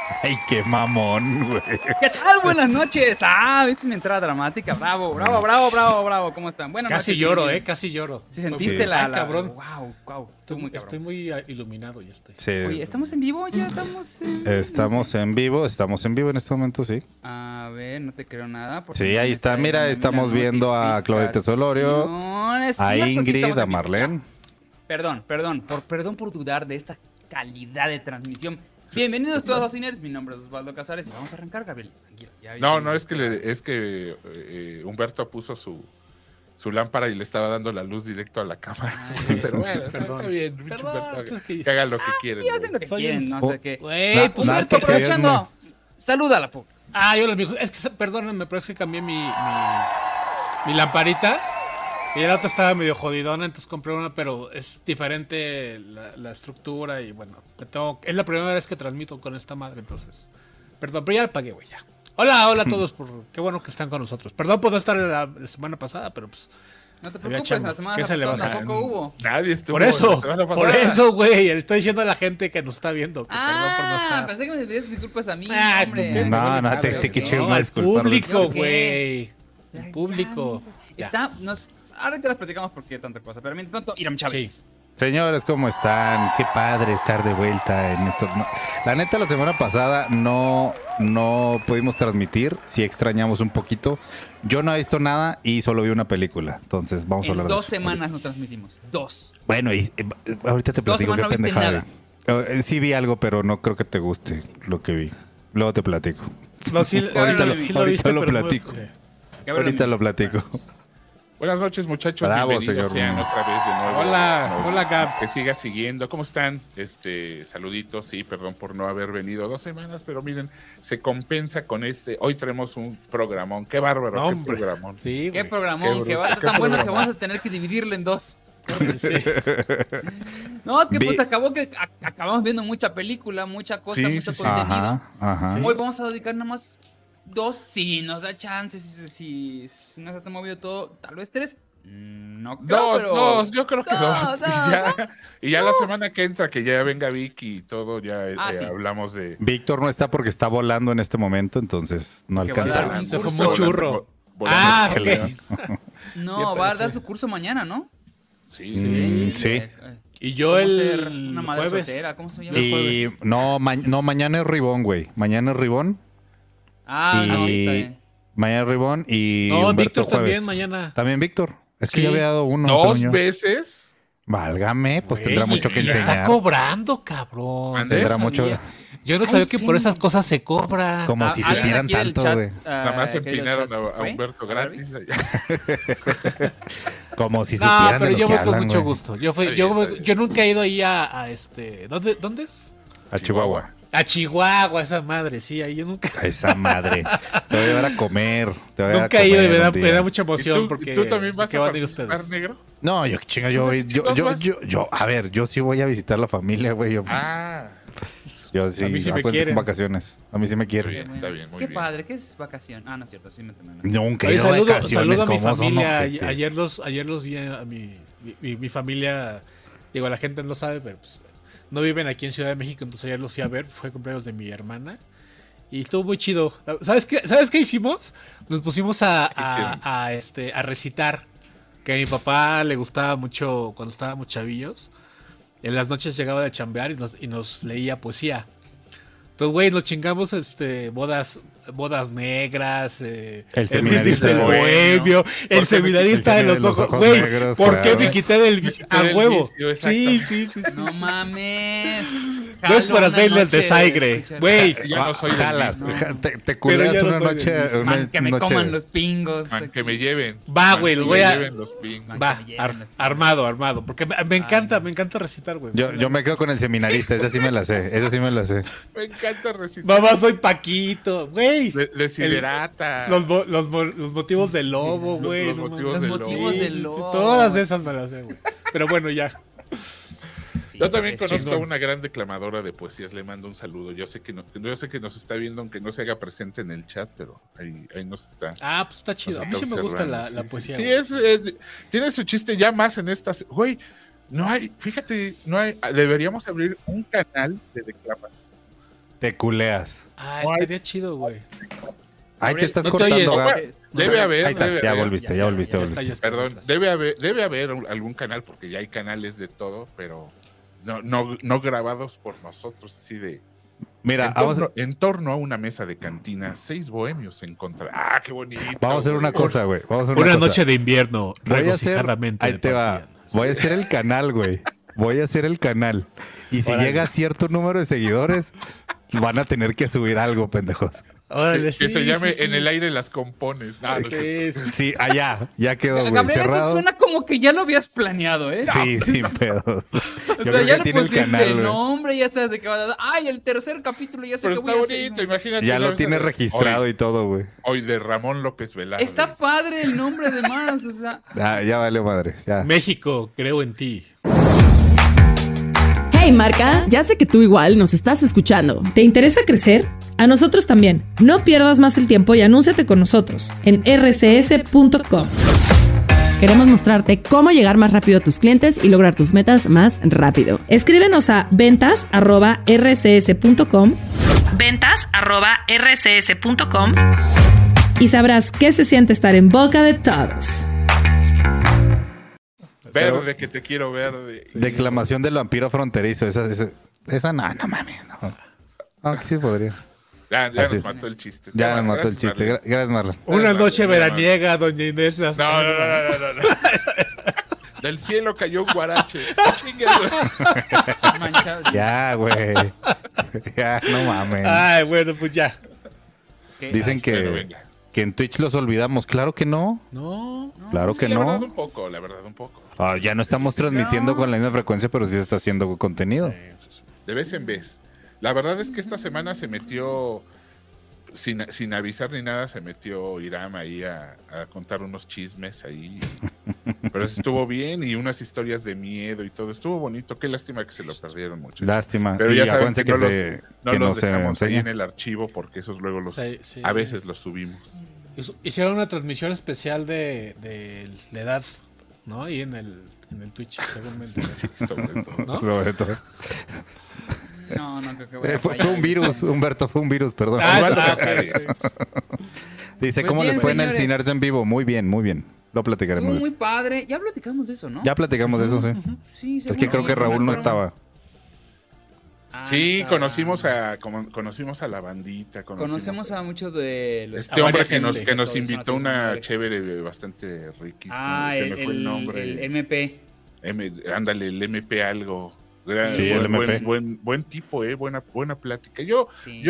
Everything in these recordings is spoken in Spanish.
Ay, qué mamón, güey. ¿Qué tal? Buenas noches. Esta es mi entrada dramática. Bravo, bravo, bravo, bravo, bravo. ¿Cómo están? Buenas Casi noches. lloro, casi lloro. ¿Sí sentiste la cabrón. Wow. Estoy muy iluminado, ya estoy. Sí. Oye, ¿estamos en vivo? Ya estamos en... Estamos en vivo en este momento, sí. A ver, no te creo nada. porque Sí, no ahí me está, mira, llegando estamos la viendo a Claudia Tesolorio, notificación. Es a cierto, sí Ingrid, estamos a en vivo. Marlene. Perdón por dudar de esta calidad de transmisión. Bienvenidos todos a Ciners, mi nombre es Osvaldo Casares y vamos a arrancar, Gabriel. Tranquilo, No, es que Humberto puso su lámpara y le estaba dando la luz directo a la cámara. Pero bueno, está bien, Humberto, que haga lo que quiere. Y hacen lo que quieren, no sé qué. Güey, Pues Humberto, aprovechando, saluda a la pública. yo lo mismo. Es que, perdónenme, pero es que cambié mi lamparita. Y la otra estaba medio jodidona, entonces compré una, pero es diferente la estructura y bueno, es la primera vez que transmito con esta madre, entonces. Perdón, pero ya la pagué, güey, ya. Hola a todos, qué bueno que están con nosotros. Perdón por no estar la semana pasada, pero pues... No te preocupes, la semana pasada tampoco hubo. Nadie estuvo. Por eso, güey, le estoy diciendo a la gente que nos está viendo. Que perdón por no estar. Pensé que me pedías disculpas a mí, hombre. No, te quiché una al disculpa. público, güey. El público. Ahorita las platicamos porque tanta cosa, pero mientras tanto, Iram Chávez. Sí. Señores, ¿cómo están? Qué padre estar de vuelta en esto. No, la neta, la semana pasada no pudimos transmitir, sí extrañamos un poquito. Yo no he visto nada y solo vi una película, entonces vamos a hablar de eso. 2 semanas no transmitimos, 2. Bueno, y ahorita te platico qué no viste pendejada. Sí vi algo, pero no creo que te guste lo que vi. Luego te platico. No, sí ahorita lo pero platico. Ahorita lo platico. Buenas noches, muchachos. Bravo, bienvenidos señor. sean otra vez de nuevo. Hola, Gab. Que siga siguiendo. ¿Cómo están? Saluditos. Sí, perdón por no haber venido 2 semanas, pero miren, se compensa con Hoy tenemos un programón. Qué bárbaro, hombre. qué programón. Sí, qué programón, que va a ser tan bueno que vamos a tener que dividirlo en 2. Sí. No, es que pues acabamos viendo mucha película, mucha cosa, mucho contenido. Ajá. Hoy vamos a dedicar nada más 2, si nos da chance, si no se ha movido todo, tal vez 3. No creo, Dos, yo creo que 2. dos. Y ya la semana que entra, que ya venga Vicky y todo, ya Sí. hablamos de... Víctor no está porque está volando en este momento, entonces no Que va a alcanza. dar un Se fue curso. muy churro. Volando. No, va a dar su curso mañana, ¿no? Sí. Sí. Y yo ¿Cómo el ser una madre jueves. soltera? ¿Cómo se llama? Y no, mañana es Ribón, güey. Mañana es Ribón. Sí, está bien. Mañana es Ribón y No, Humberto Víctor jueves. también mañana. ¿También Víctor? Es que Sí. ya había dado uno. 2 según yo. veces. Válgame, pues Güey, tendrá mucho que y enseñar. está cobrando, cabrón. Ande. Tendrá No mucho. sabía. Yo no sabía que por esas cosas se cobra. Como si Alguien supieran aquí del tanto, chat, güey. Nada más querido empinaron chat, a ¿güey? Humberto gratis. Como si No, supieran pero de lo yo que voy con hablan, mucho güey. gusto. Está bien. Yo nunca he ido ahí a ¿Dónde es? A Chihuahua. A Chihuahua, esa madre, sí, ahí yo nunca. A esa madre. Te voy a llevar a comer. Te voy a Nunca he ido y comer un me da día. mucha emoción ¿Y porque. tú también vas porque a van a ir participar, ustedes. negro? No, yo chinga, a ver, yo sí voy a visitar la familia, güey. Yo sí, A mí sí me acuérdense, quieren. con vacaciones. A mí sí me Está quieren. bien, está bien, muy Qué bien. padre, ¿qué es vacación? No es cierto, sí me entendí. Nunca he Oye, ido de vacaciones. saludo a mi ¿Cómo son, familia. ojete? Ayer los vi a mi familia. Digo, la gente no sabe, pero pues no viven aquí en Ciudad de México, entonces ayer los fui a ver. Fue cumpleaños de mi hermana. Y estuvo muy chido. ¿Sabes qué hicimos? Nos pusimos a recitar. Que a mi papá le gustaba mucho cuando estábamos chavillos. En las noches llegaba de chambear y nos leía poesía. Entonces, güey, nos chingamos bodas negras, El el seminarista del bohemio, el seminarista de los ojos. Güey, negros, ¿por qué claro. me quité del a del huevo? vicio, Sí. No mames. No es por hacerle el desaire, güey. Ya no soy del Jalas, mismo. te culeas ya no una soy noche. del mismo. una Que me noche- coman los pingos. Man, que me lleven. Va, Man, güey, que lo me voy a- lleven los pingos. Va, que me lleven los- armado, porque me encanta recitar, güey. Yo me quedo con el seminarista, esa sí me la sé. Me encanta recitar. Mamá, soy Paquito, güey. Desiderata. Los motivos del lobo, güey. los no motivos mames. del lobo. Sí, del lobo. todas esas me las sé, güey. Pero bueno, ya. Sí, Yo también es conozco a chingón. una gran declamadora de poesías, le mando un saludo. Yo sé que nos está viendo, aunque no se haga presente en el chat, pero ahí nos está. Ah, pues está chido. A mí nos sí está me gusta observando. la Sí, poesía. Sí, güey. tiene su chiste ya más en estas. Güey, no hay, fíjate, deberíamos abrir un canal de declamación. Te culeas. Estaría chido, güey. Ahí te estás no te cortando, oyes. Gab. Debe haber. Ahí estás, ya volviste. Ya está. Perdón, debe haber algún canal, porque ya hay canales de todo, pero no grabados por nosotros, así de... Mira, en torno a una mesa de cantina, 6 bohemios se encontraron. ¡Ah, qué bonito! Vamos a hacer una cosa, güey. Una noche de invierno, voy a hacer, regocijadamente. ahí te va. Voy a hacer el canal, güey. Voy a hacer el canal. Y si llega a cierto número de seguidores, van a tener que subir algo, pendejos. Órale, que se llame En el aire las compones. Sí, allá. Ya quedó, güey. Gabriel, esto Cerrado. suena como que ya lo habías planeado, ¿eh? Sí, sin pedos. O Yo sea, creo ya que le tiene el pusiste canal, el güey. nombre, ya sabes de qué va a dar. ¡Ay, el tercer capítulo! Ya sé Pero qué está voy a hacer. bonito, imagínate. Ya una lo vez tiene de- registrado y todo, güey. Hoy de Ramón López Velarde. Está padre el nombre además, o sea... Ya vale madre. Ya. México, creo en ti. Hey marca, ya sé que tú igual nos estás escuchando. ¿Te interesa crecer? A nosotros también. No pierdas más el tiempo y anúnciate con nosotros en rcs.com. Queremos mostrarte cómo llegar más rápido a tus clientes y lograr tus metas más rápido. Escríbenos a ventas@rcs.com ventas@rcs.com y sabrás qué se siente estar en boca de todos. Verde, que te quiero verde. Declamación del vampiro fronterizo. Esa no mames. No, que sí podría. Ya Así. nos mató el chiste. Ya nos mató el Gracias, chiste. Marlene. Gracias, Marlon. Una no, noche no, veraniega, doña Inés. No. Del cielo cayó un guarache. Manchado. Ya, güey. Ya, no mames. Ay, bueno, pues ya. ¿Qué? Dicen Bueno, que venga. en Twitch los olvidamos. Claro que no. No. Claro Sí, que la verdad, no. un poco, la verdad, un poco. Ya no estamos transmitiendo con la misma frecuencia, pero sí se está haciendo contenido. De vez en vez. La verdad es que esta semana se metió, sin avisar ni nada, se metió Iram ahí a contar unos chismes ahí. Pero estuvo bien y unas historias de miedo y todo. Estuvo bonito. Qué lástima que se lo perdieron mucho. Lástima. Pero Y ya saben acuérdense que no que los se dejamos ahí enseña. en el archivo porque esos luego Sí. a veces los subimos. Hicieron una transmisión especial de la edad, ¿no? Ahí en el Twitch, seguramente. Sí, sobre todo. ¿No? Sobre todo. No, creo que voy a Fue fallar. un virus, Humberto, fue un virus, perdón. Osvaldo Ah, Casares. Dice, Pues ¿cómo bien, les fue en el señores. Ciners en vivo? Muy bien, muy bien. Lo platicaremos. Estuvo muy padre. Ya platicamos de eso, ¿no? Ya platicamos de eso, sí. Sí, Es que creo que Raúl no estaba. Sí, conocimos a la bandita. Conocemos a muchos de los... Este hombre que gente. nos Todos invitó son una madre. chévere bastante riquísima. Se me fue el nombre. el MP. Ándale, el MP algo. Sí, el MP. Buen tipo, buena plática. Yo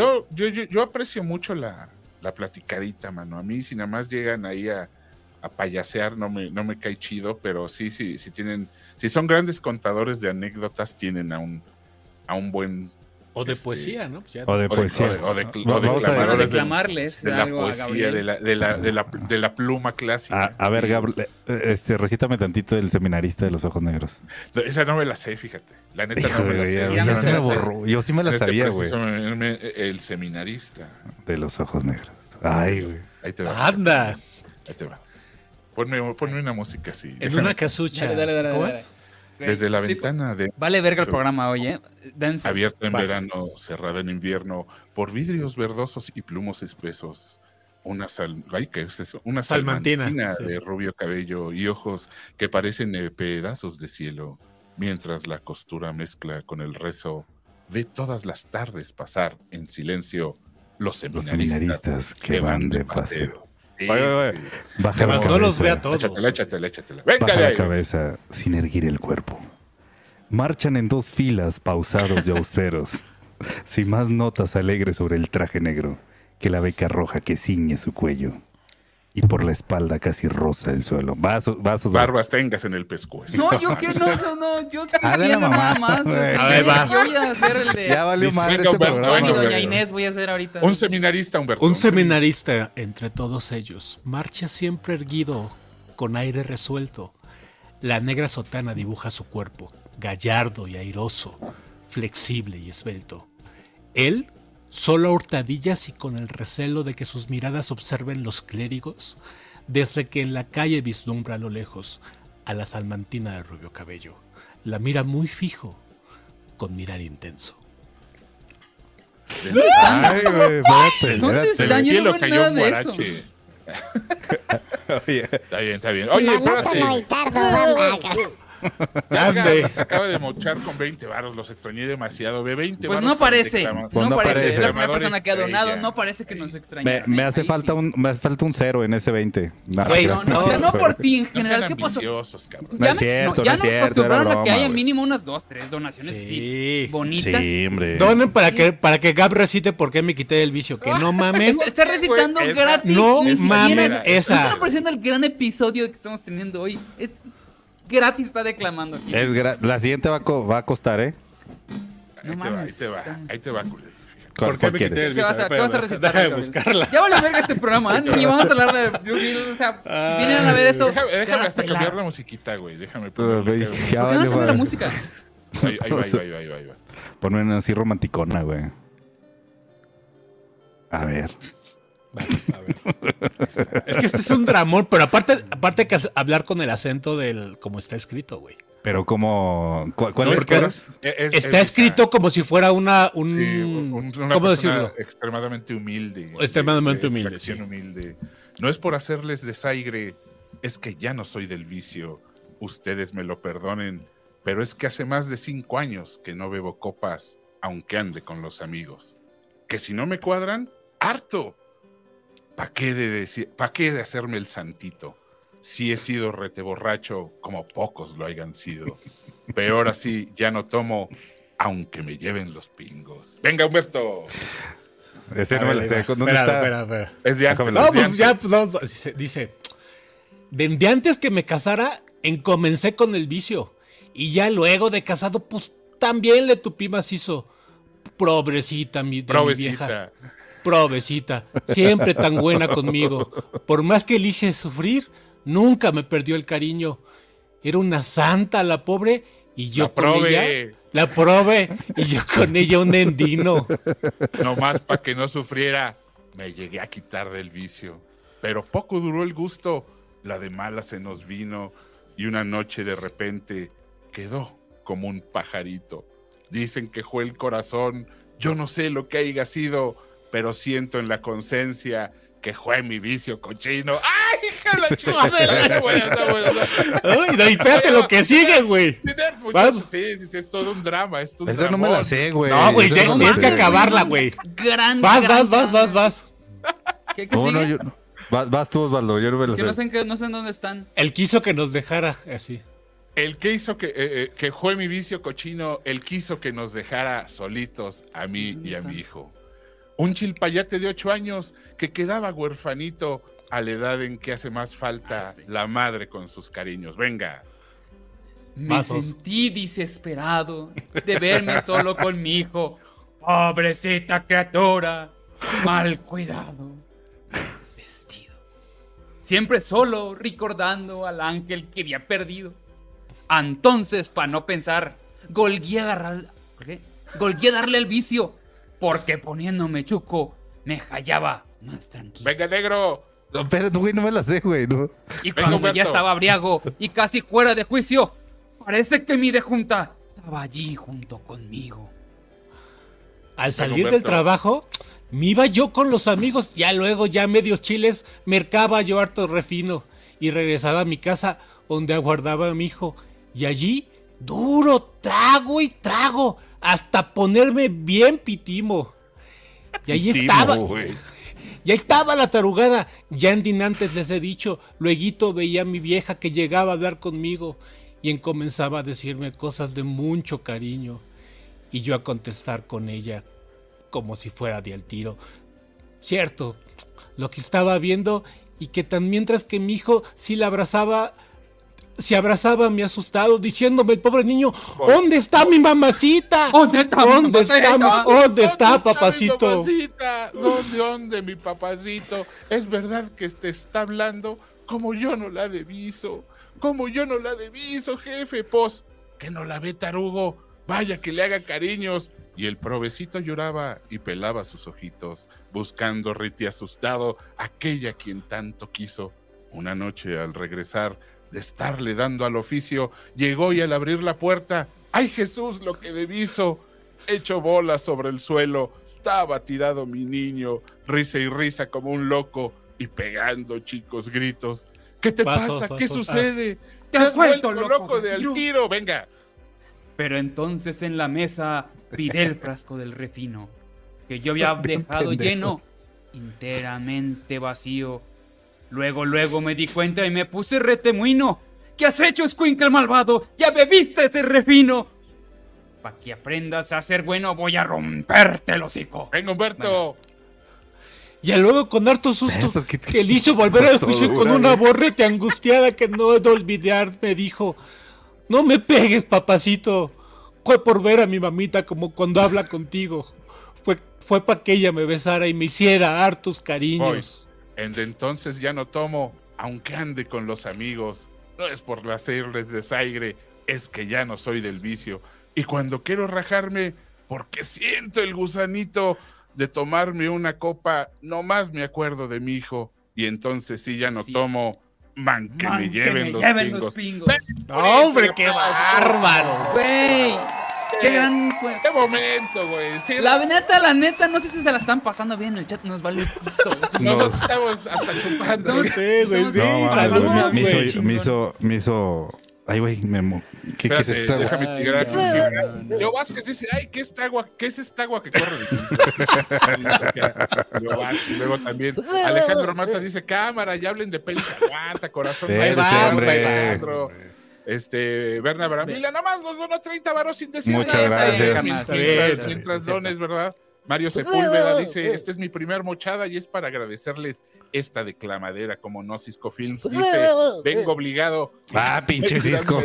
aprecio mucho la platicadita, mano. A mí si nada más llegan ahí a payasear no me cae chido, pero sí tienen, si son grandes contadores de anécdotas, tienen a un buen... O de poesía, ¿no? Pues ya. O de poesía. O de Vamos a Para declamadores declamarles de la algo a poesía, Gabriel. de la pluma clásica. A ver, Gabriel, recítame tantito el seminarista de los ojos negros. Esa no me la sé, fíjate. La neta no me la sé. ya me se me la sé. borró. Yo sí me la En este sabía, güey. preciso el seminarista. De los ojos negros. Ay, güey. Ahí te va. Anda. Ahí te va. Ponme una música así. En Déjame- una casucha. Dale. ¿Cómo es? Desde la Tipo, ventana de Vale verga el programa hoy, ¿eh? Dense. abierta en Vas. verano, cerrada en invierno, por vidrios verdosos y plumos espesos. Una ¿qué es eso? Una Salmantina, salmantina sí. de rubio cabello y ojos que parecen pedazos de cielo, mientras la costura mezcla con el rezo de todas las tardes pasar en silencio los seminaristas que van de paseo. Sí, Oye. sí. Baja la Además, no los cabeza. ve a todos. Échatela. Venga Baja de la ahí. cabeza sin erguir el cuerpo. Marchan en 2 filas pausados y austeros, sin más notas alegres sobre el traje negro que la beca roja que ciñe su cuello. Y por la espalda casi rosa el suelo. Vasos. Barbas tengas en el pescuezo. No, yo que no, yo estoy Dale la viendo mamá, nada más. güey. así A ver, que va. Yo voy a hacer el de... Ya valió Dice, madre venga, este Humberto, programa. Juan y venga, doña venga. Inés voy a hacer ahorita. Un seminarista, Humberto. Un seminarista entre todos ellos marcha siempre erguido, con aire resuelto. La negra sotana dibuja su cuerpo, gallardo y airoso, flexible y esbelto. Él, solo a hurtadillas y con el recelo de que sus miradas observen los clérigos, desde que en la calle vislumbra a lo lejos a la salmantina de rubio cabello. La mira muy fijo, con mirar intenso. Ay, güey, espérate, ¿Dónde espérate. están? Yo no cielo veo cayó nada un de eso. guarache. Oye, Está bien, está bien. Oye, espérate. Ande. Se acaba de mochar con 20 varos, los extrañé demasiado. Ve 20 Pues varos no para parece, declamar. Pues no no parece. parece. Es la primera Declamador persona que ha donado, estrella. no parece que nos extrañaron. me hace Ahí falta sí. me hace falta un 0 en ese 20. Güey, No, o sea, no por ti en No general, sean ¿qué pasó? ambiciosos, cabrón. No es cierto, no es cierto, acostumbraron era a que haya broma, güey. mínimo unas 2, 3 donaciones Sí. así bonitas. Sí, hombre. Donen para que Gab recite por qué me quité del vicio. Que no mames. Está recitando Güey, esa- gratis. No ni siquiera mames es- esa. No están apreciando el gran episodio que estamos teniendo hoy. Es gratis está declamando aquí. La siguiente va a costar, ¿eh? No Ahí mames. ahí te va, culero. ¿Por qué me quité del ¿Qué vas vicio? a- qué vas a recitar, Deja de Gabriel? buscarla. Ya vale verga este programa, ¿eh? Ni vamos a hablar de Yu-Gi-Oh! O sea, si vienen a ver eso. se van Déjame a hasta pelar. cambiar la musiquita, güey. Déjame Güey, ponerle. ya ¿Por qué no vale, cambia la güey. música? Ahí va. Ponme una así romanticona, güey. A ver. Vas, a ver. Es que este es un dramón, pero aparte hay que hablar con el acento del como está escrito, güey. Pero como... ¿Cuál No, es? es ¿Cuál que es? Está escrito como si fuera una Sí, una ¿cómo persona decirlo? extremadamente humilde. Extremadamente de humilde, extracción sí. humilde. No es por hacerles desaire, es que ya no soy del vicio. Ustedes me lo perdonen, pero es que hace más de 5 años que no bebo copas, aunque ande con los amigos. Que si no me cuadran, harto. ¿Pa' qué de hacerme el santito? Si he sido rete borracho, como pocos lo hayan sido. Pero ahora sí, ya no tomo, aunque me lleven los pingos. ¡Venga, Humberto! Ese A no me ver, lo sé. ahí va. ¿Dónde Espera. Es de antes. Déjame No, es de pues antes. ya, pues, no, dice, de antes que me casara, comencé con el vicio. Y ya luego de casado, pues también le tupí macizo. Pobrecita mi vieja. Provecita. Provecita, siempre tan buena conmigo. Por más que le hice sufrir, nunca me perdió el cariño. Era una santa la pobre y yo La con prove. ella... La probé y yo con ella un endino. Nomás para que no sufriera, me llegué a quitar del vicio. Pero poco duró el gusto, la de mala se nos vino y una noche de repente quedó como un pajarito. Dicen que fue el corazón, yo no sé lo que haya sido, pero siento en la conciencia que fue mi vicio cochino. ¡Ay, hija de la chingada! Está bueno. Ay, no, y espérate lo que sigue, güey. Sí, es todo un drama. Es un Esa no me la dramón. sé, güey. No, güey, Esa no me la tienes que sé. acabarla, güey. Gran. Vas. ¿Qué No, no, sigue? vas tú, Osvaldo. Yo no me Que la no sé. sé, no sé en dónde están. Él quiso que nos dejara así. El que hizo que fue mi vicio cochino, él quiso que nos dejara solitos a mí y a mi hijo. Un chilpayate de 8 años que quedaba huerfanito a la edad en que hace más falta la madre con sus cariños. Venga. Me Vasos. sentí desesperado de verme solo con mi hijo. Pobrecita criatura, mal cuidado, vestido. Siempre solo, recordando al ángel que había perdido. Entonces, para no pensar, golgué a darle el vicio, porque poniéndome chuco, me hallaba más tranquilo. Venga, negro. No, espérate, güey, no me la sé, güey. No. Y Venga, cuando Humberto. ya estaba abriago y casi fuera de juicio, parece que mi dejunta estaba allí junto conmigo. Al salir del Humberto. trabajo, me iba yo con los amigos. Ya luego, ya medios chiles, mercaba yo harto refino. Y regresaba a mi casa, donde aguardaba a mi hijo. Y allí, duro, trago y trago, hasta ponerme bien pitimo. Y ahí estaba. güey. Y ahí estaba la tarugada. Ya en dinantes les he dicho. Lueguito veía a mi vieja que llegaba a hablar conmigo. Y comenzaba a decirme cosas de mucho cariño. Y yo a contestar con ella como si fuera de al tiro. Cierto, lo que estaba viendo y que tan mientras que mi hijo sí la abrazaba, se abrazaba a mi asustado diciéndome el pobre niño, ¿dónde está mi mamacita? ¿Dónde está mi ¿Dónde está, mamacita? ¿Dónde está, mi papacito? papacita? ¿Dónde, mi papacito? ¿Es verdad que te está hablando como yo no la deviso? Como yo no la deviso, jefe. Pues, que no la ve tarugo. Vaya que le haga cariños. Y el provecito lloraba y pelaba sus ojitos, buscando riti asustado aquella quien tanto quiso. Una noche al regresar de estarle dando al oficio, llegó y al abrir la puerta, ¡ay Jesús, lo que deviso! Hecho bola sobre el suelo, estaba tirado mi niño, risa y risa como un loco y pegando chicos gritos. ¿Qué te pasa? ¿Qué sucede? ¿Te has vuelto loco de al tiro? Venga. Pero entonces en la mesa piré el frasco del refino, que yo había dejado lleno, enteramente vacío. Luego me di cuenta y me puse retemuino. ¿Qué has hecho, escuincle malvado? ¡Ya bebiste ese refino! Pa' que aprendas a ser bueno, voy a romperte el hocico. Venga, Humberto. Y luego con harto susto, Pues, que le hizo volver al juicio con una borrete angustiada que no he de olvidar, me dijo: no me pegues, papacito. Fue por ver a mi mamita como cuando habla contigo. Fue para que ella me besara y me hiciera hartos cariños. De entonces ya no tomo, aunque ande con los amigos. No es por hacerles desaire, es que ya no soy del vicio. Y cuando quiero rajarme, porque siento el gusanito de tomarme una copa, nomás me acuerdo de mi hijo. Y entonces sí ya no tomo, que me lleven los pingos. ¡No, hombre, qué bárbaro! Güey, qué gran... ¡Qué momento, güey! Sí, la neta, no sé si se la están pasando bien en el chat, nos vale pito. Nosotros estamos hasta chupando. Sí, güey, sí. No, Saludos, me hizo... Ay, güey, ¿qué es esta agua? Déjame tirar. Leo Vázquez dice, ay, ¿qué es esta agua que corre? Leo Vázquez, y luego también Alejandro Mata dice, cámara, ya hablen de pelis, aguanta, corazón. Alejandro. Berna Bramila, nomás nos donó 30 varos sin decir muchas nada. gracias. Mientras dones, ¿verdad? Mario Sepúlveda dice, esta es mi primer mochada y es para agradecerles esta declamadera como Nosisco Films. Dice, vengo obligado. Pinche Cisco.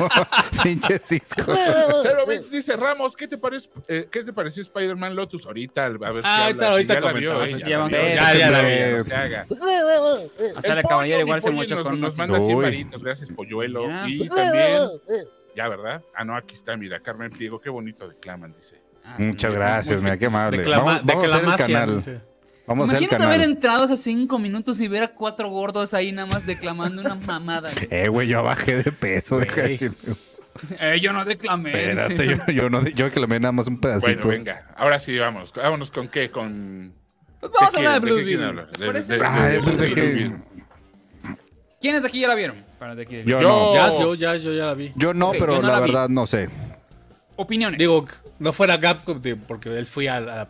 Pinche Cisco. Cero Bits dice, Ramos, ¿qué te pareció Spider-Man Lotus? Ahorita, a ver si ahorita comentamos. Ya la vi. No se haga. O sea, la caballera igual se mochó con nos manda 100 varitos, gracias, Polluelo. Y también, ya, ¿verdad? No, aquí está, mira, Carmen Pliego, qué bonito declaman, dice. Muchas gracias, mira, qué amable. Vamos a hacer el canal. Vamos a hacer el Imagínate canal. haber entrado hace 5 minutos y ver a 4 gordos ahí nada más declamando una mamada. Güey, yo bajé de peso, deja de decirme. Yo no declamé. Espérate, yo declamé nada más un pedacito. Bueno, venga, ahora sí, vámonos con qué, con... Pues vamos a hablar de Blue Beetle. Pensé que... ¿Quiénes de aquí ya la vieron? Yo Yo ya la vi. Yo no, Ok, pero yo no la la vi. verdad no sé. Opiniones. Digo, no fuera Gap porque él fui a la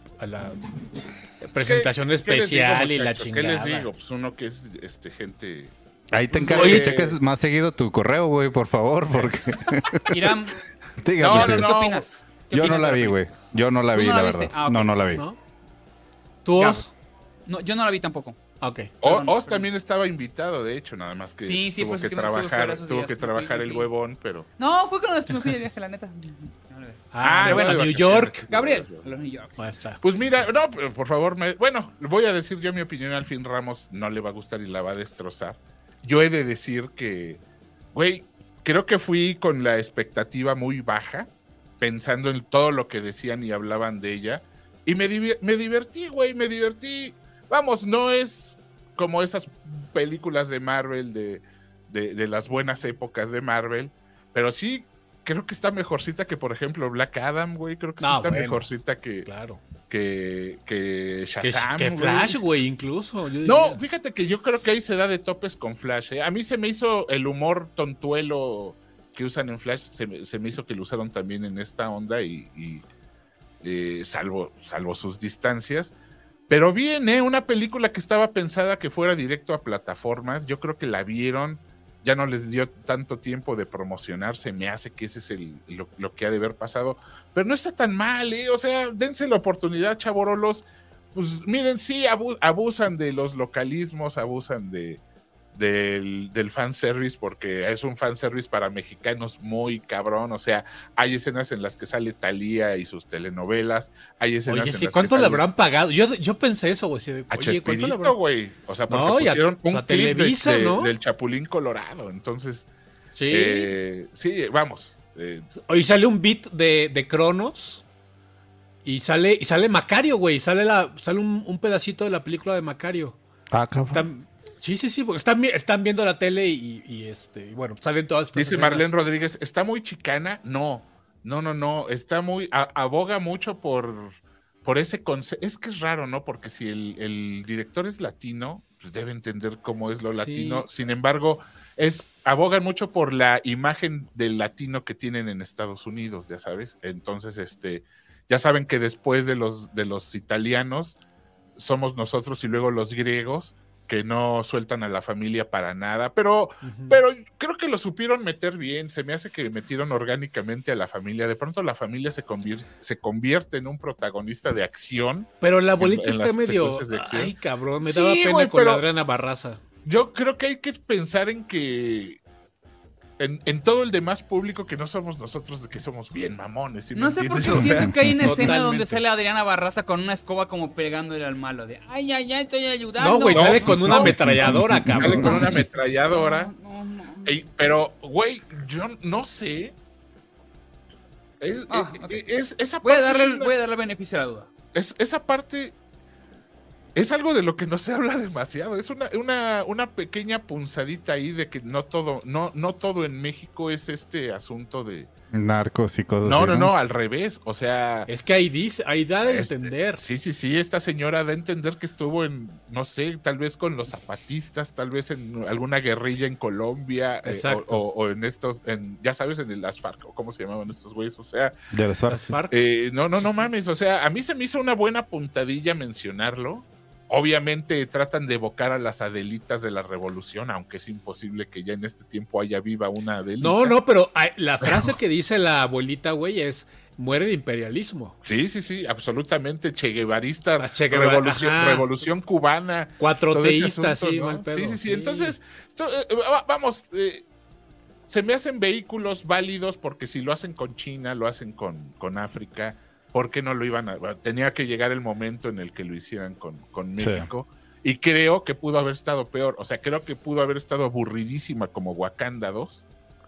presentación especial y la chingada. ¿Qué les digo? Pues uno que es gente... Ahí te encargo que cheques más seguido tu correo, güey, por favor, porque... Irán, Dígame, No, sí. ¿qué opinas? Yo no la vi, güey. Yo no la ¿Tú vi, no la la viste? verdad. Ah, ok. No la vi. ¿No? ¿Tú, Gab. Os? No, yo no la vi tampoco. Ok. Oz también estaba invitado, de hecho, nada más que Sí, tuvo pues que es que no pudo trabajar, estar esos días. el Fui. huevón, pero... No, fue cuando me fui de viaje, la neta. Pero bueno, de New vacaciones. York. Gabriel, a los New York. Ahí está. Pues mira, no, pero por favor, bueno, voy a decir yo mi opinión, al fin Ramos no le va a gustar y la va a destrozar. Yo he de decir que, güey, creo que fui con la expectativa muy baja, pensando en todo lo que decían y hablaban de ella, y me divertí, güey, me divertí. Vamos, no es como esas películas de Marvel, de las buenas épocas de Marvel, pero sí creo que está mejorcita que, por ejemplo, Black Adam, güey, creo que sí está mejorcita que... Claro. que Shazam, Que Flash, güey, incluso. No, fíjate que yo creo que ahí se da de topes con Flash. A mí se me hizo el humor tontuelo que usan en Flash, se me hizo que lo usaron también en esta onda y salvo sus distancias. Pero bien, una película que estaba pensada que fuera directo a plataformas, yo creo que la vieron, ya no les dio tanto tiempo de promocionarse, me hace que ese es lo que ha de haber pasado, pero no está tan mal, o sea, dense la oportunidad, chavorolos, pues miren, sí, abusan de los localismos, abusan del fanservice, porque es un fanservice para mexicanos muy cabrón, o sea, hay escenas en las que sale Thalía y sus telenovelas, hay escenas Oye, en sí, las ¿cuánto que le sale habrán pagado? Yo pensé eso, güey. a Oye, ¿cuánto le Chespirito, habrán? güey, o sea, porque No, pusieron a un clip Televisa, ¿no? del Chapulín Colorado, entonces, Sí. sí, vamos, Hoy sale un beat de Cronos y sale Macario, güey. Sale un pedacito de la película de Macario. Cabrón. Sí, porque están viendo la tele y bueno, salen todas estas dice escenas. Marlene Rodríguez, ¿está muy chicana? No, está muy, aboga mucho por por ese concepto. Es que es raro, ¿no? Porque si el director es latino, pues debe entender cómo es lo latino. Sin embargo, abogan mucho por la imagen del latino que tienen en Estados Unidos, ya sabes. Entonces, ya saben que después de los italianos somos nosotros y luego los griegos, que no sueltan a la familia para nada, pero creo que lo supieron meter bien. Se me hace que metieron orgánicamente a la familia. De pronto la familia se convierte en un protagonista de acción. Pero la abuelita está medio... Ay, cabrón, me daba pena con la Adriana Barraza. Yo creo que hay que pensar en que en todo el demás público que no somos nosotros, que somos bien mamones. ¿Sí no sé por qué siento que hay una escena donde sale Adriana Barraza con una escoba como pegándole al malo. De ay, estoy ayudando. No, güey, sale con una ametralladora, cabrón. Sale con una ametralladora. No. Pero, güey, yo no sé. Esa voy a darle beneficio a la duda. Esa parte es algo de lo que no se habla demasiado. Es una pequeña punzadita ahí de que no todo en México es este asunto de narcos y cosas así. No, al revés. O sea, es que ahí da de entender. Sí, esta señora da a entender que estuvo en, no sé, tal vez con los zapatistas, tal vez en alguna guerrilla en Colombia, o en estos, ya sabes, en las FARC, o cómo se llamaban estos güeyes, o sea, de las FARC. No mames, o sea, a mí se me hizo una buena puntadilla mencionarlo. Obviamente tratan de evocar a las Adelitas de la Revolución, aunque es imposible que ya en este tiempo haya viva una Adelita. No, pero la frase que dice la abuelita, güey, es muere el imperialismo. Sí, absolutamente. Che Guevarista, revolución cubana. Cuatroteísta, sí, ¿no? mal pedo. Sí. Entonces, vamos, se me hacen vehículos válidos porque si lo hacen con China, lo hacen con África. ¿Por qué no lo iban a...? Tenía que llegar el momento en el que lo hicieran con México. Sí. Y creo que pudo haber estado peor. O sea, creo que pudo haber estado aburridísima como Wakanda 2.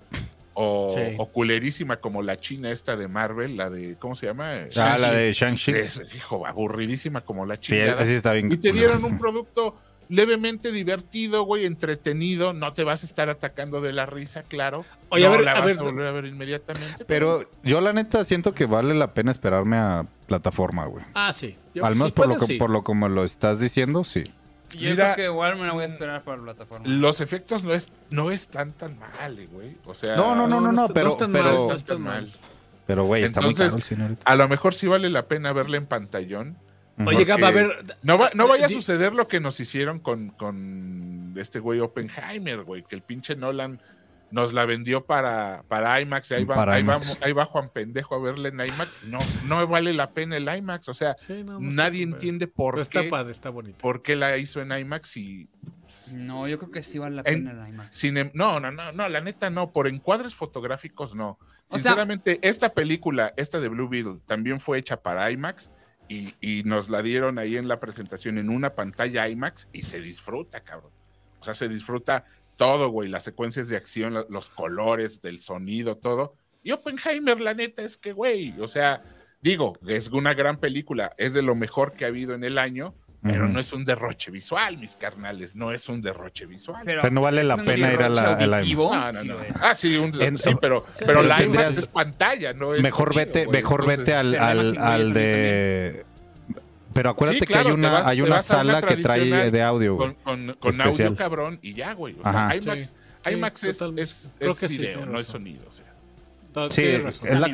O culerísima como la china esta de Marvel, la de... ¿Cómo se llama? La de Shang-Chi. Hijo, aburridísima como la china. Sí, está bien. Y te dieron un producto levemente divertido, güey, entretenido. No te vas a estar atacando de la risa, claro. Oye, no la vas a volver a ver inmediatamente. Pero yo la neta siento que vale la pena esperarme a plataforma, güey. Ah, sí. Al menos por lo como lo estás diciendo, sí. Yo creo que igual me la voy a esperar para la plataforma. Los efectos no están tan mal, güey. O sea... No, pero... No están tan mal. Pero, güey, está muy caro el señorito. A lo mejor sí vale la pena verla en pantallón. Oye, Gab, a ver... No vaya a suceder lo que nos hicieron con este güey Oppenheimer, güey, que el pinche Nolan nos la vendió para IMAX. Ahí va Juan Pendejo a verla en IMAX. No vale la pena el IMAX. O sea, nadie entiende por qué. Está padre, está bonito. ¿Por qué la hizo en IMAX? No, yo creo que sí vale la pena el IMAX. No, la neta no. Por encuadres fotográficos no. Sinceramente, esta película, esta de Blue Beetle, también fue hecha para IMAX. Y nos la dieron ahí en la presentación en una pantalla IMAX y se disfruta, cabrón. O sea, se disfruta todo, güey, las secuencias de acción, los colores del sonido, todo. Y Oppenheimer, la neta, es que, güey, o sea, digo, es una gran película, es de lo mejor que ha habido en el año, pero no es un derroche visual, mis carnales, no es un derroche visual. Pero no vale la pena ir a la IMAX. No. Ah, sí, pero la IMAX es pantalla, no es mejor sonido, vete al de... Pero acuérdate que hay una sala que trae de audio, güey. Con audio cabrón y ya, güey. O sea, IMAX es video, no es sonido, o sea. Sí, es la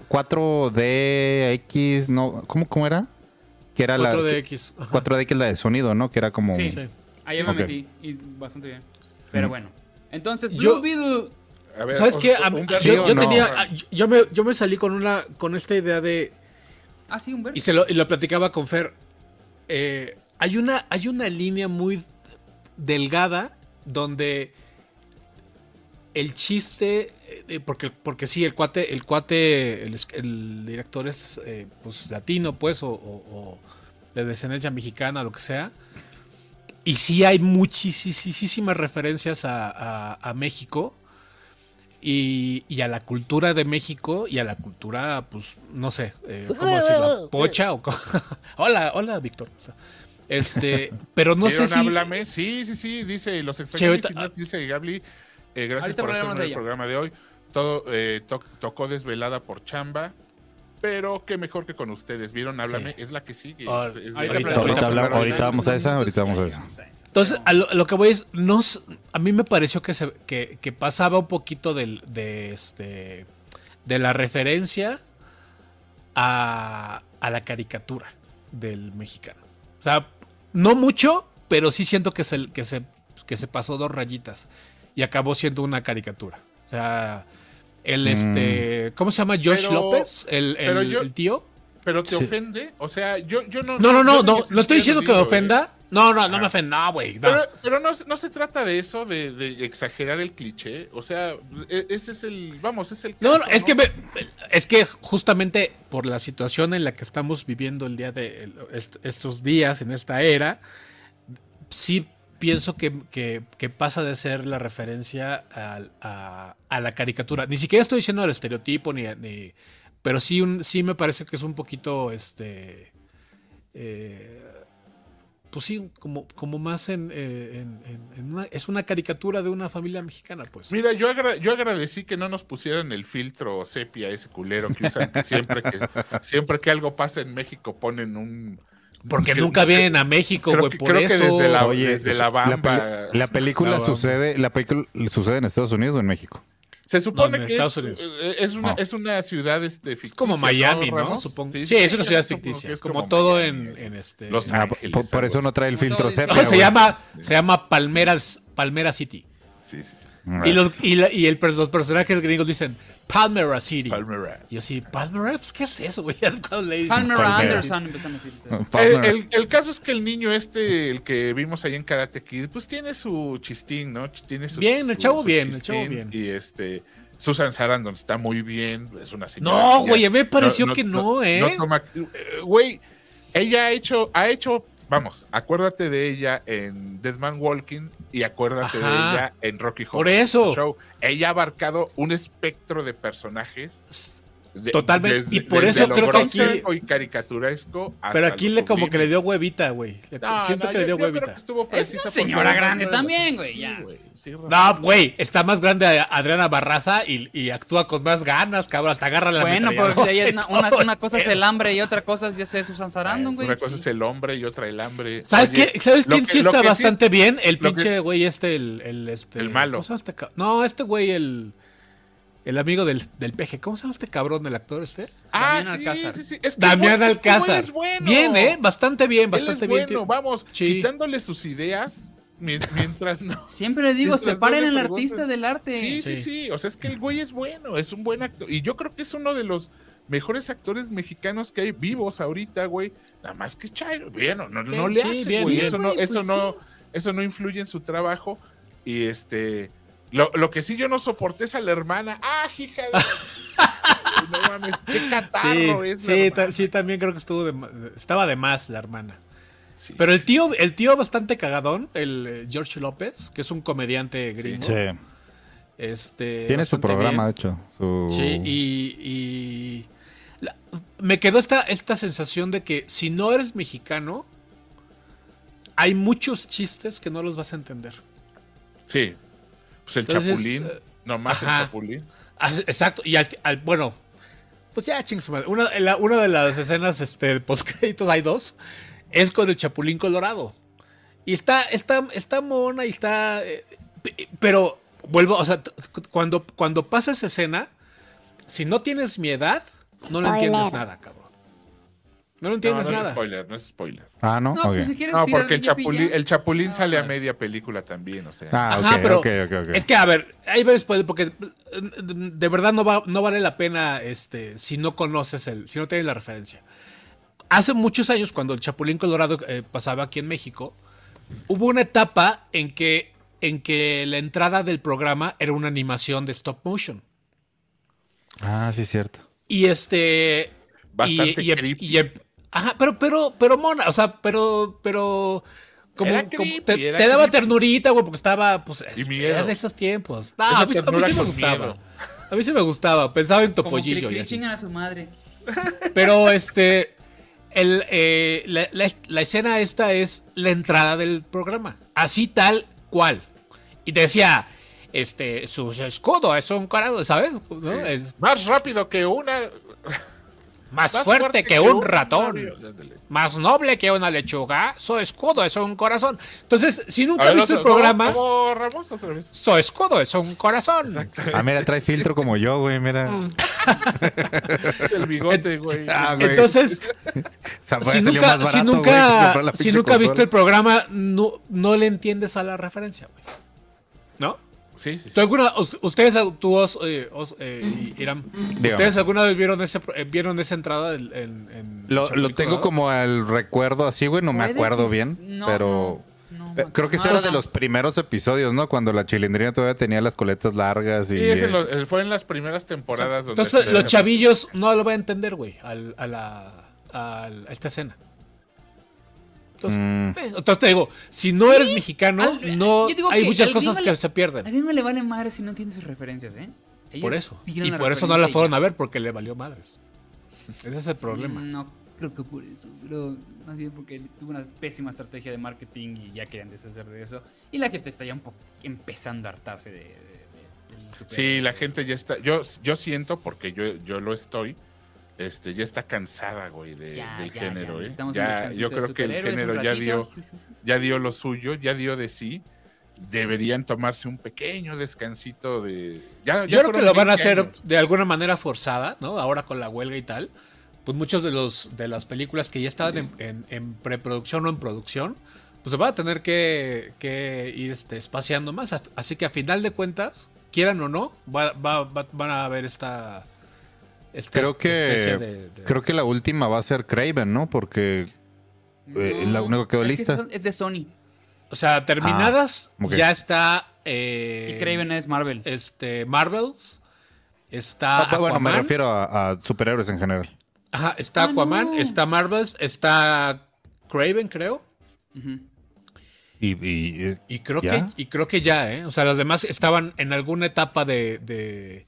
4DX, ¿no? ¿Cómo era? Que era 4DX. 4DX la de sonido, ¿no? Que era como... Sí. Ahí me metí y bastante bien. Pero bueno. Entonces, Blue Beetle... ¿Sabes qué? Yo me salí con esta idea de... Ah, sí, Humberto. Y lo platicaba con Fer. Hay una línea muy delgada donde el chiste, porque sí, el director es pues latino, pues, o de descendencia mexicana, lo que sea. Y sí hay muchísimas referencias a México. Y a la cultura de México y a la cultura, pues, no sé, ¿cómo decirlo? ¿Pocha? Hola, Víctor. Pero no sé si... Háblame. Sí, dice los extraños, dice Gabli, gracias por hacerme el programa de hoy. Todo tocó desvelada por chamba. pero qué mejor que con ustedes. ¿Vieron? Háblame, es la que sigue. Ahorita vamos a esa, Entonces, a lo que voy es, a mí me pareció que pasaba un poquito de la referencia a la caricatura del mexicano. O sea, no mucho, pero sí siento que se pasó 2 rayitas y acabó siendo una caricatura. O sea, ¿cómo se llama? Josh López, el tío. Pero te ofende, o sea, yo no... No estoy diciendo que me ofenda. No me ofenda, güey. No. Pero no se trata de eso, de exagerar el cliché. O sea, ese es el... Vamos, es el caso, es que justamente por la situación en la que estamos viviendo el día de estos días, en esta era, sí pienso que pasa de ser la referencia a la caricatura. Ni siquiera estoy diciendo el estereotipo, pero sí me parece que es un poquito, pues sí, como más es una caricatura de una familia mexicana, pues. Mira, yo agradecí que no nos pusieran el filtro sepia ese culero que usan siempre que algo pasa en México ponen un... Porque nunca vienen a México, güey, por eso. Desde la Bamba. La película sucede en Estados Unidos o en México. Se supone que es una ciudad ficticia. Es como Miami, ¿no? Supongo. Sí, es una ciudad ficticia. Es como todo Miami, en Los Ángeles. Por eso no trae el filtro sepia. Se llama Palmera City. Sí. Y los personajes gringos dicen Palmera City. Y yo sí, ¿Palmera? Pues, ¿qué es eso, güey? Palmera Anderson empezamos a decir. El caso es que el niño el que vimos ahí en Karate Kid, pues tiene su chistín, ¿no? Tiene el chavo bien. Y Susan Sarandon está muy bien, es una señora. No, güey, me pareció que no, ¿eh? Güey, ella ha hecho, vamos, acuérdate de ella en Dead Man Walking y acuérdate de ella en Rocky Horror Por eso. Show. Ella ha abarcado un espectro de personajes. Totalmente. Y por eso creo que aquí. Y caricaturesco. Pero aquí como que le dio huevita, güey. Siento que le dio huevita. Es una señora grande también, güey. Ya. No, güey. Está más grande Adriana Barraza y actúa con más ganas, cabrón. Hasta agarra la ametralladora. Bueno, porque una cosa es el hambre y otra cosa es Susan Sarandon, güey. Una cosa es el hombre y otra el hambre. ¿Sabes quién sí está bastante bien? El pinche güey el malo. No, este güey, el amigo del peje. ¿Cómo se llama este cabrón del actor Damián Alcázar. Sí. Damián Alcázar. Es bueno. Bien, bastante bien. Bueno. Vamos, quitándole sus ideas mientras no. Siempre le digo, separen al artista del arte. Sí. O sea, es que el güey es bueno, es un buen actor. Y yo creo que es uno de los mejores actores mexicanos que hay vivos ahorita, güey. Nada más que Chairo. Bueno, no le hace, güey. Eso no influye en su trabajo. Y Lo que sí yo no soporté es a la hermana. ¡Ah, hija de... No mames, qué catarro es. Sí, también creo que estaba de más la hermana. Sí. Pero el tío bastante cagadón, el George López, que es un comediante gringo. Sí. Tiene su programa, bien. De hecho. Sí, me quedó esta sensación de que si no eres mexicano, hay muchos chistes que no los vas a entender. Sí. Pues el Chapulín, nomás el Chapulín. Exacto, y bueno, pues ya chingue su madre. Una de las escenas postcréditos, hay 2, es con el Chapulín Colorado. Y está mona y está... pero vuelvo, o sea, cuando pasa esa escena, si no tienes mi edad, no lo entiendes nada, cabrón. No lo entiendes nada. No es spoiler. Ah, ¿no? No, pues si quieres porque el Chapulín sale a media película también, o sea. Okay. Es que, a ver, ahí ves, porque de verdad no vale la pena si no conoces si no tienes la referencia. Hace muchos años, cuando el Chapulín Colorado pasaba aquí en México, hubo una etapa en que la entrada del programa era una animación de stop motion. Ah, sí, cierto. Y bastante creepy. Ajá, pero mona, o sea, pero como te daba ternurita, güey, porque estaba, pues, era de esos tiempos. No, a mí sí me gustaba. A mí sí me gustaba, pensaba en Topollillo. Como que chingan a su madre. Pero la escena esta es la entrada del programa, así tal cual. Y te decía, sus escudos son carados, ¿sabes? ¿No? Sí. Más rápido que una... Más fuerte que un ratón. Ándale. Más noble que una lechuga. Su escudo es un corazón. Entonces, si nunca A ver, viste el otro, programa, ¿cómo, Ramos, otra vez? su escudo es un corazón. Exactamente. Ah, mira, traes filtro como yo, güey, mira. Es el bigote, güey. Ah, güey. Entonces, Esa si salió más nunca, barato, si güey, que nunca, comprar la si pinche nunca consola. viste el programa, no le entiendes a la referencia, güey. ¿No? Sí, sí, ¿Tú sí. ustedes, Iram, Dígame. ¿ustedes alguna vez vieron esa entrada Lo tengo como el recuerdo así, güey, no me Puede acuerdo que bien, no, pero no, creo que no, ese era no. de los primeros episodios, ¿no? Cuando la chilindrina todavía tenía las coletas largas y... Sí, fue en las primeras temporadas donde... Entonces, se- los chavillos no lo van a entender, güey, a esta escena. Entonces te digo, si no eres mexicano, no yo digo hay que muchas al cosas gringo que le- se A pierden. mí me le vale madre si no entiendes sus referencias, ¿eh? Ellos Por eso. tiran Y la por eso no la referencia y fueron ya. a ver, porque le valió madres. Ese es el problema. No creo que por eso, pero más bien porque tuvo una pésima estrategia de marketing y ya querían deshacer de eso. Y la gente está ya un poco empezando a hartarse del superhéroe. Sí, la gente ya está... Yo siento, porque yo lo estoy, ya está cansada, güey, del género, ¿eh? necesitamos un Ya, descansito yo de creo que el superhéroes, género un ya ratito. ya dio lo suyo, ya dio de sí. Deberían tomarse un pequeño descansito de... Ya Yo creo que fueron lo van a 20 hacer años. de alguna manera forzada, ¿no? Ahora con la huelga y tal. Pues muchos de las películas que ya estaban en preproducción o en producción, pues se van a tener que ir espaciando más. Así que a final de cuentas, quieran o no, van a ver esta Creo especie que creo que la última va a ser Craven, ¿no? Porque la única que quedó es lista. es de Sony. O sea, terminadas, ok. ya está... Y Craven es Marvel. Marvels, está Bueno, me Aquaman. refiero a superhéroes en general. Ajá, está Aquaman, no. está Marvels, está Craven, creo. Ujú. Y creo ¿Ya? que ya, ¿eh? O sea, las demás estaban en alguna etapa de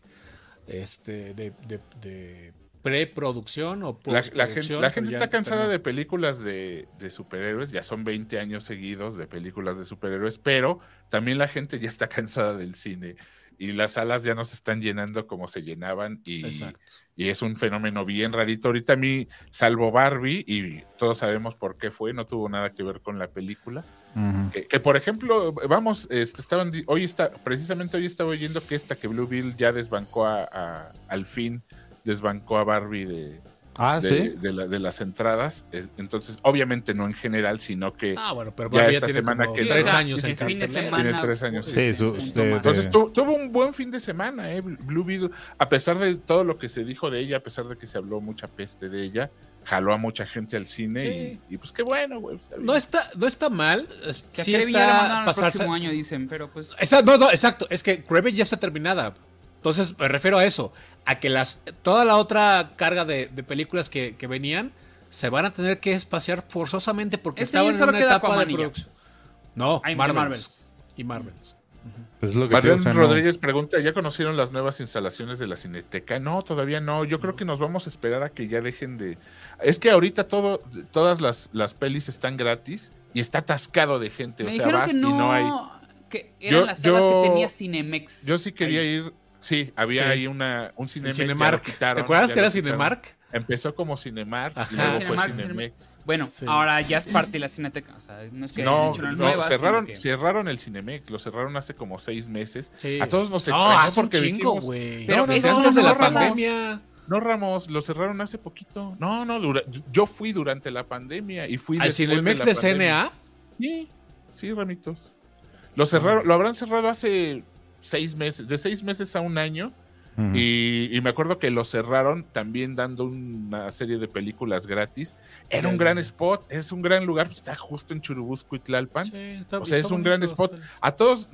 preproducción o La postproducción, gente pero ya está cansada terminó. de películas de superhéroes, ya son 20 años seguidos de películas de superhéroes, pero también la gente ya está cansada del cine y las salas ya no se están llenando como se llenaban Exacto. y es un fenómeno bien rarito. Ahorita a mí, salvo Barbie, y todos sabemos por qué fue, no tuvo nada que ver con la película. Ujú. Que por ejemplo, vamos, precisamente hoy estaba oyendo que Blue Bill ya desbancó al fin desbancó a Barbie ¿Sí? de las entradas. Entonces, obviamente no en general, sino que Bueno, pero ya Barbie esta tiene semana como que 3 entra- años Sí, en sí, fin de cartelera. semana. Tiene 3 años. Sí, Entonces tuvo un buen fin de semana, Blue Beetle, a pesar de todo lo que se dijo de ella, a pesar de que se habló mucha peste de ella, jaló a mucha gente al cine Sí. y pues qué bueno, güey. Está bien. No está mal. Que Sí a Craven ya la está mandaron el pasarse. próximo año, dicen, pero pues... No, exacto. Es que Craven ya está terminada. Entonces me refiero a eso. A que toda la otra carga de películas que venían se van a tener que espaciar forzosamente porque Este estaban año en solo una queda etapa de Aquaman y ya. producción. No, Hay Marvels. Marvels. Y Marvels. Pues es lo que Mariano te digo, o sea, Rodríguez pregunta, ¿ya conocieron las nuevas instalaciones de la Cineteca? No, todavía no. Yo creo que nos vamos a esperar a que ya dejen de... Es que ahorita todas las pelis están gratis y está atascado de gente. Me O sea, dijeron vas que y no hay... que eran Yo- las salas yo- que tenía Cinemex. Yo sí quería Ahí. ir... Sí, había Sí. ahí un El Cinemex. ya Cinemark. lo quitaron, ¿Te acuerdas ya que lo era quitaron. Cinemark? Empezó como Cinemark Ajá. y luego Cinemark, fue Cinemex. Bueno, Sí. ahora ya es parte de la Cineteca. O sea, no es que hayan No, hecho una no, nueva. cerraron, sino que- cerraron el Cinemex, lo cerraron hace como 6 meses. Sí. A todos nos No, extrañó hace un porque chingo, dijimos, güey. Pero Desde eso antes de no la Ramos. pandemia. no, Ramos, lo cerraron hace poquito. No, yo fui durante la pandemia y fui ¿Al después Cinemex la de pandemia. CNA? Sí, Ramitos. Lo cerraron, lo habrán cerrado hace 6 meses, de 6 meses a un año. Ujú. Y me acuerdo que lo cerraron también dando una serie de películas gratis. Era un gran spot, es un gran lugar, está justo en Churubusco y Tlalpan. O sea, es un gran spot. A todos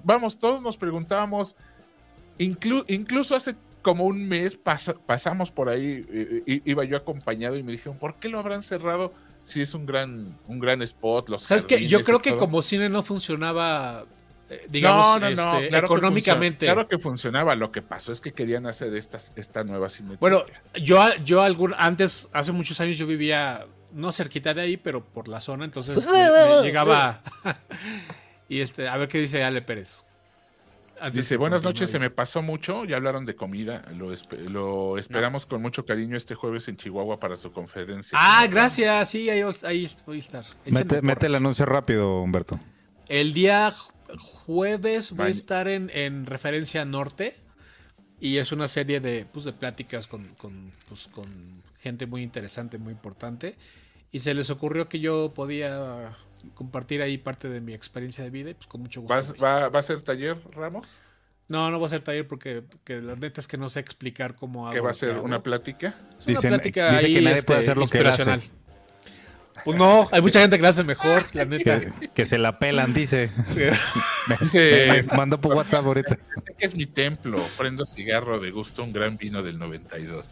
nos preguntábamos, incluso hace como un mes pasamos por ahí, iba yo acompañado y me dijeron, ¿por qué lo habrán cerrado si es un gran spot? ¿Sabes qué? Yo jardines creo y que todo? como cine no funcionaba, digamos, claro que económicamente. claro que funcionaba. Lo que pasó es que querían hacer esta nueva cineteca. Bueno, antes, hace muchos años yo vivía, no cerquita de ahí, pero por la zona, entonces me llegaba y a ver qué dice Ale Pérez. Dice, buenas noches, se me pasó mucho, ya hablaron de comida, lo esperamos con mucho cariño este jueves en Chihuahua para su conferencia. Gracias, sí, ahí voy a estar. Mete el anuncio rápido, Humberto. El día jueves voy a estar en Referencia Norte y es una serie de pláticas con gente muy interesante, muy importante, y se les ocurrió que yo podía compartir ahí parte de mi experiencia de vida y pues con mucho gusto. ¿Va a ser taller, Ramos? No va a ser taller porque la neta es que no sé explicar cómo hago. ¿Qué va a ser? ¿Una plática? Es una plática dice ahí, que nadie puede hacer lo que él hace. Pues no, hay mucha gente que lo hace mejor, la neta. Que se la pelan, dice. Dice, Me mandó por WhatsApp ahorita. es mi templo, prendo cigarro, degusto un gran vino del 92.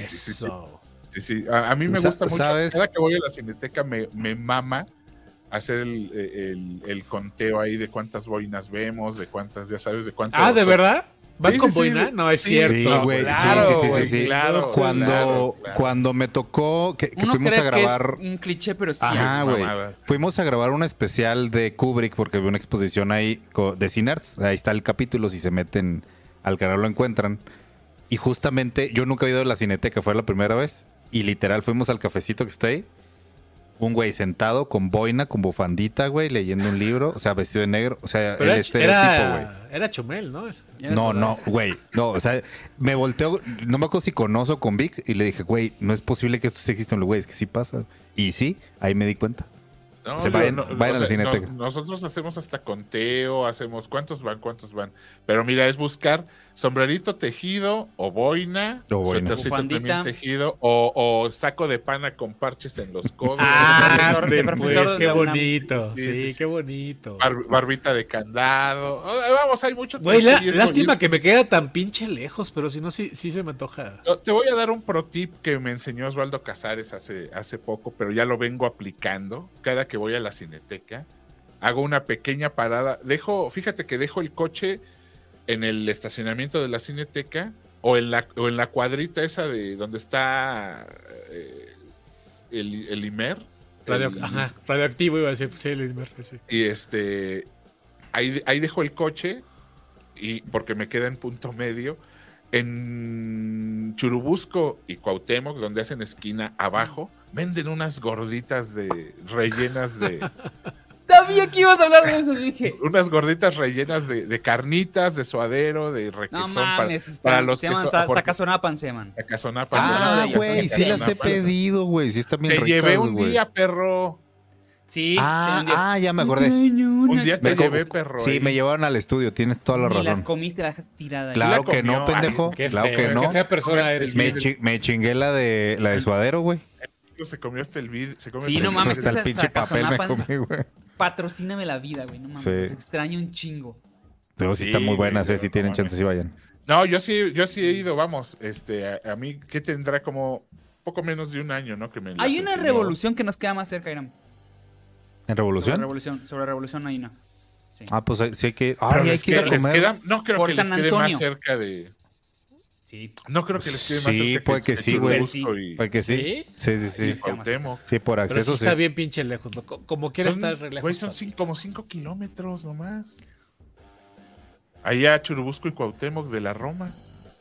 Sí. A mí me gusta mucho. ¿Sabes? Cada que voy a la Cineteca me mama hacer el conteo ahí de cuántas boinas vemos, de cuántas, ya sabes, de cuántas. ¿de verdad? ¿Van con sí, boina? No, es cierto. Sí, güey. Claro, Sí. Claro, Cuando me tocó que Uno fuimos cree a grabar. que es un cliché, pero sí. Ajá, güey. mamadas. Fuimos a grabar un especial de Kubrick porque había una exposición ahí de Cinerts. Ahí está el capítulo, si se meten al canal lo encuentran. Y justamente, yo nunca he ido a la Cineteca, fue la primera vez. Y literal, fuimos al cafecito que está ahí. Un güey sentado con boina, con bufandita, güey, leyendo un libro, o sea, vestido de negro. O sea, Pero el estereotipo, güey. era Chumel, ¿no? No, güey. No, o sea, me volteó, no me acuerdo si con Oso o con Vic, y le dije, güey, no es posible que esto sí exista en los güeyes, que sí pasa. Y sí, ahí me di cuenta. No, vayan a la Cineteca. Nosotros hacemos hasta conteo, hacemos cuántos van. Pero mira, es buscar sombrerito tejido o boina, suétercito también tejido o saco de pana con parches en los codos. de profesor qué de bonito. Sí, Qué bonito. Barbita de candado. Vamos, hay mucho. Güey, lástima que me queda tan pinche lejos, pero si no, sí se me antoja. Te voy a dar un pro tip que me enseñó Osvaldo Casares hace poco, pero ya lo vengo aplicando. Cada que voy a la Cineteca, hago una pequeña parada. Fíjate que dejo el coche en el estacionamiento de la Cineteca o en la cuadrita esa de donde está el IMER. Radioactivo iba a decir, sí, el IMER, sí. Y ahí dejo el coche porque me queda en punto medio. En Churubusco y Cuauhtémoc, donde hacen esquina abajo, venden unas gorditas rellenas de... Sabía que ibas a hablar de eso, dije. Unas gorditas rellenas de carnitas, de suadero, de requesón. No mames, para los se llaman Sacazonapan, se llaman. Sacazonapan. Güey, sí las he pedido, güey. Sí están bien ricas, Te llevé un día, perro. Sí. Ya me acordé. Un día te llevé, perro. Sí, me llevaron al estudio, tienes toda la razón. las comiste, las tiradas. Claro que no, pendejo. Claro que no. Qué fea persona eres. Me chingué la de suadero, güey. Se comió hasta el vídeo. Sí, no mames, hasta el pinche papel me comí, güey. Patrocíname la vida, güey. No mames, se extraña un chingo. Pero sí están muy buenas, si tienen chance, sí vayan. No, yo sí he ido, vamos. A mí, ¿qué tendrá como poco menos de un año, ¿no? Que me hay una revolución que nos queda más cerca, Irán. ¿En Revolución? Sobre Revolución hay una. Sí. Pues sí que... hay que ir a comer. No creo que les quede más cerca de... Sí. No creo que les quede más cerca. Sí, puede que sí, güey. Puede que sí. Sí. Sí, por acceso, pero sí. Está bien pinche lejos, ¿no? Como quiera estar re lejos. Güey, son como 5 kilómetros nomás. Allá Churubusco y Cuauhtémoc de la Roma.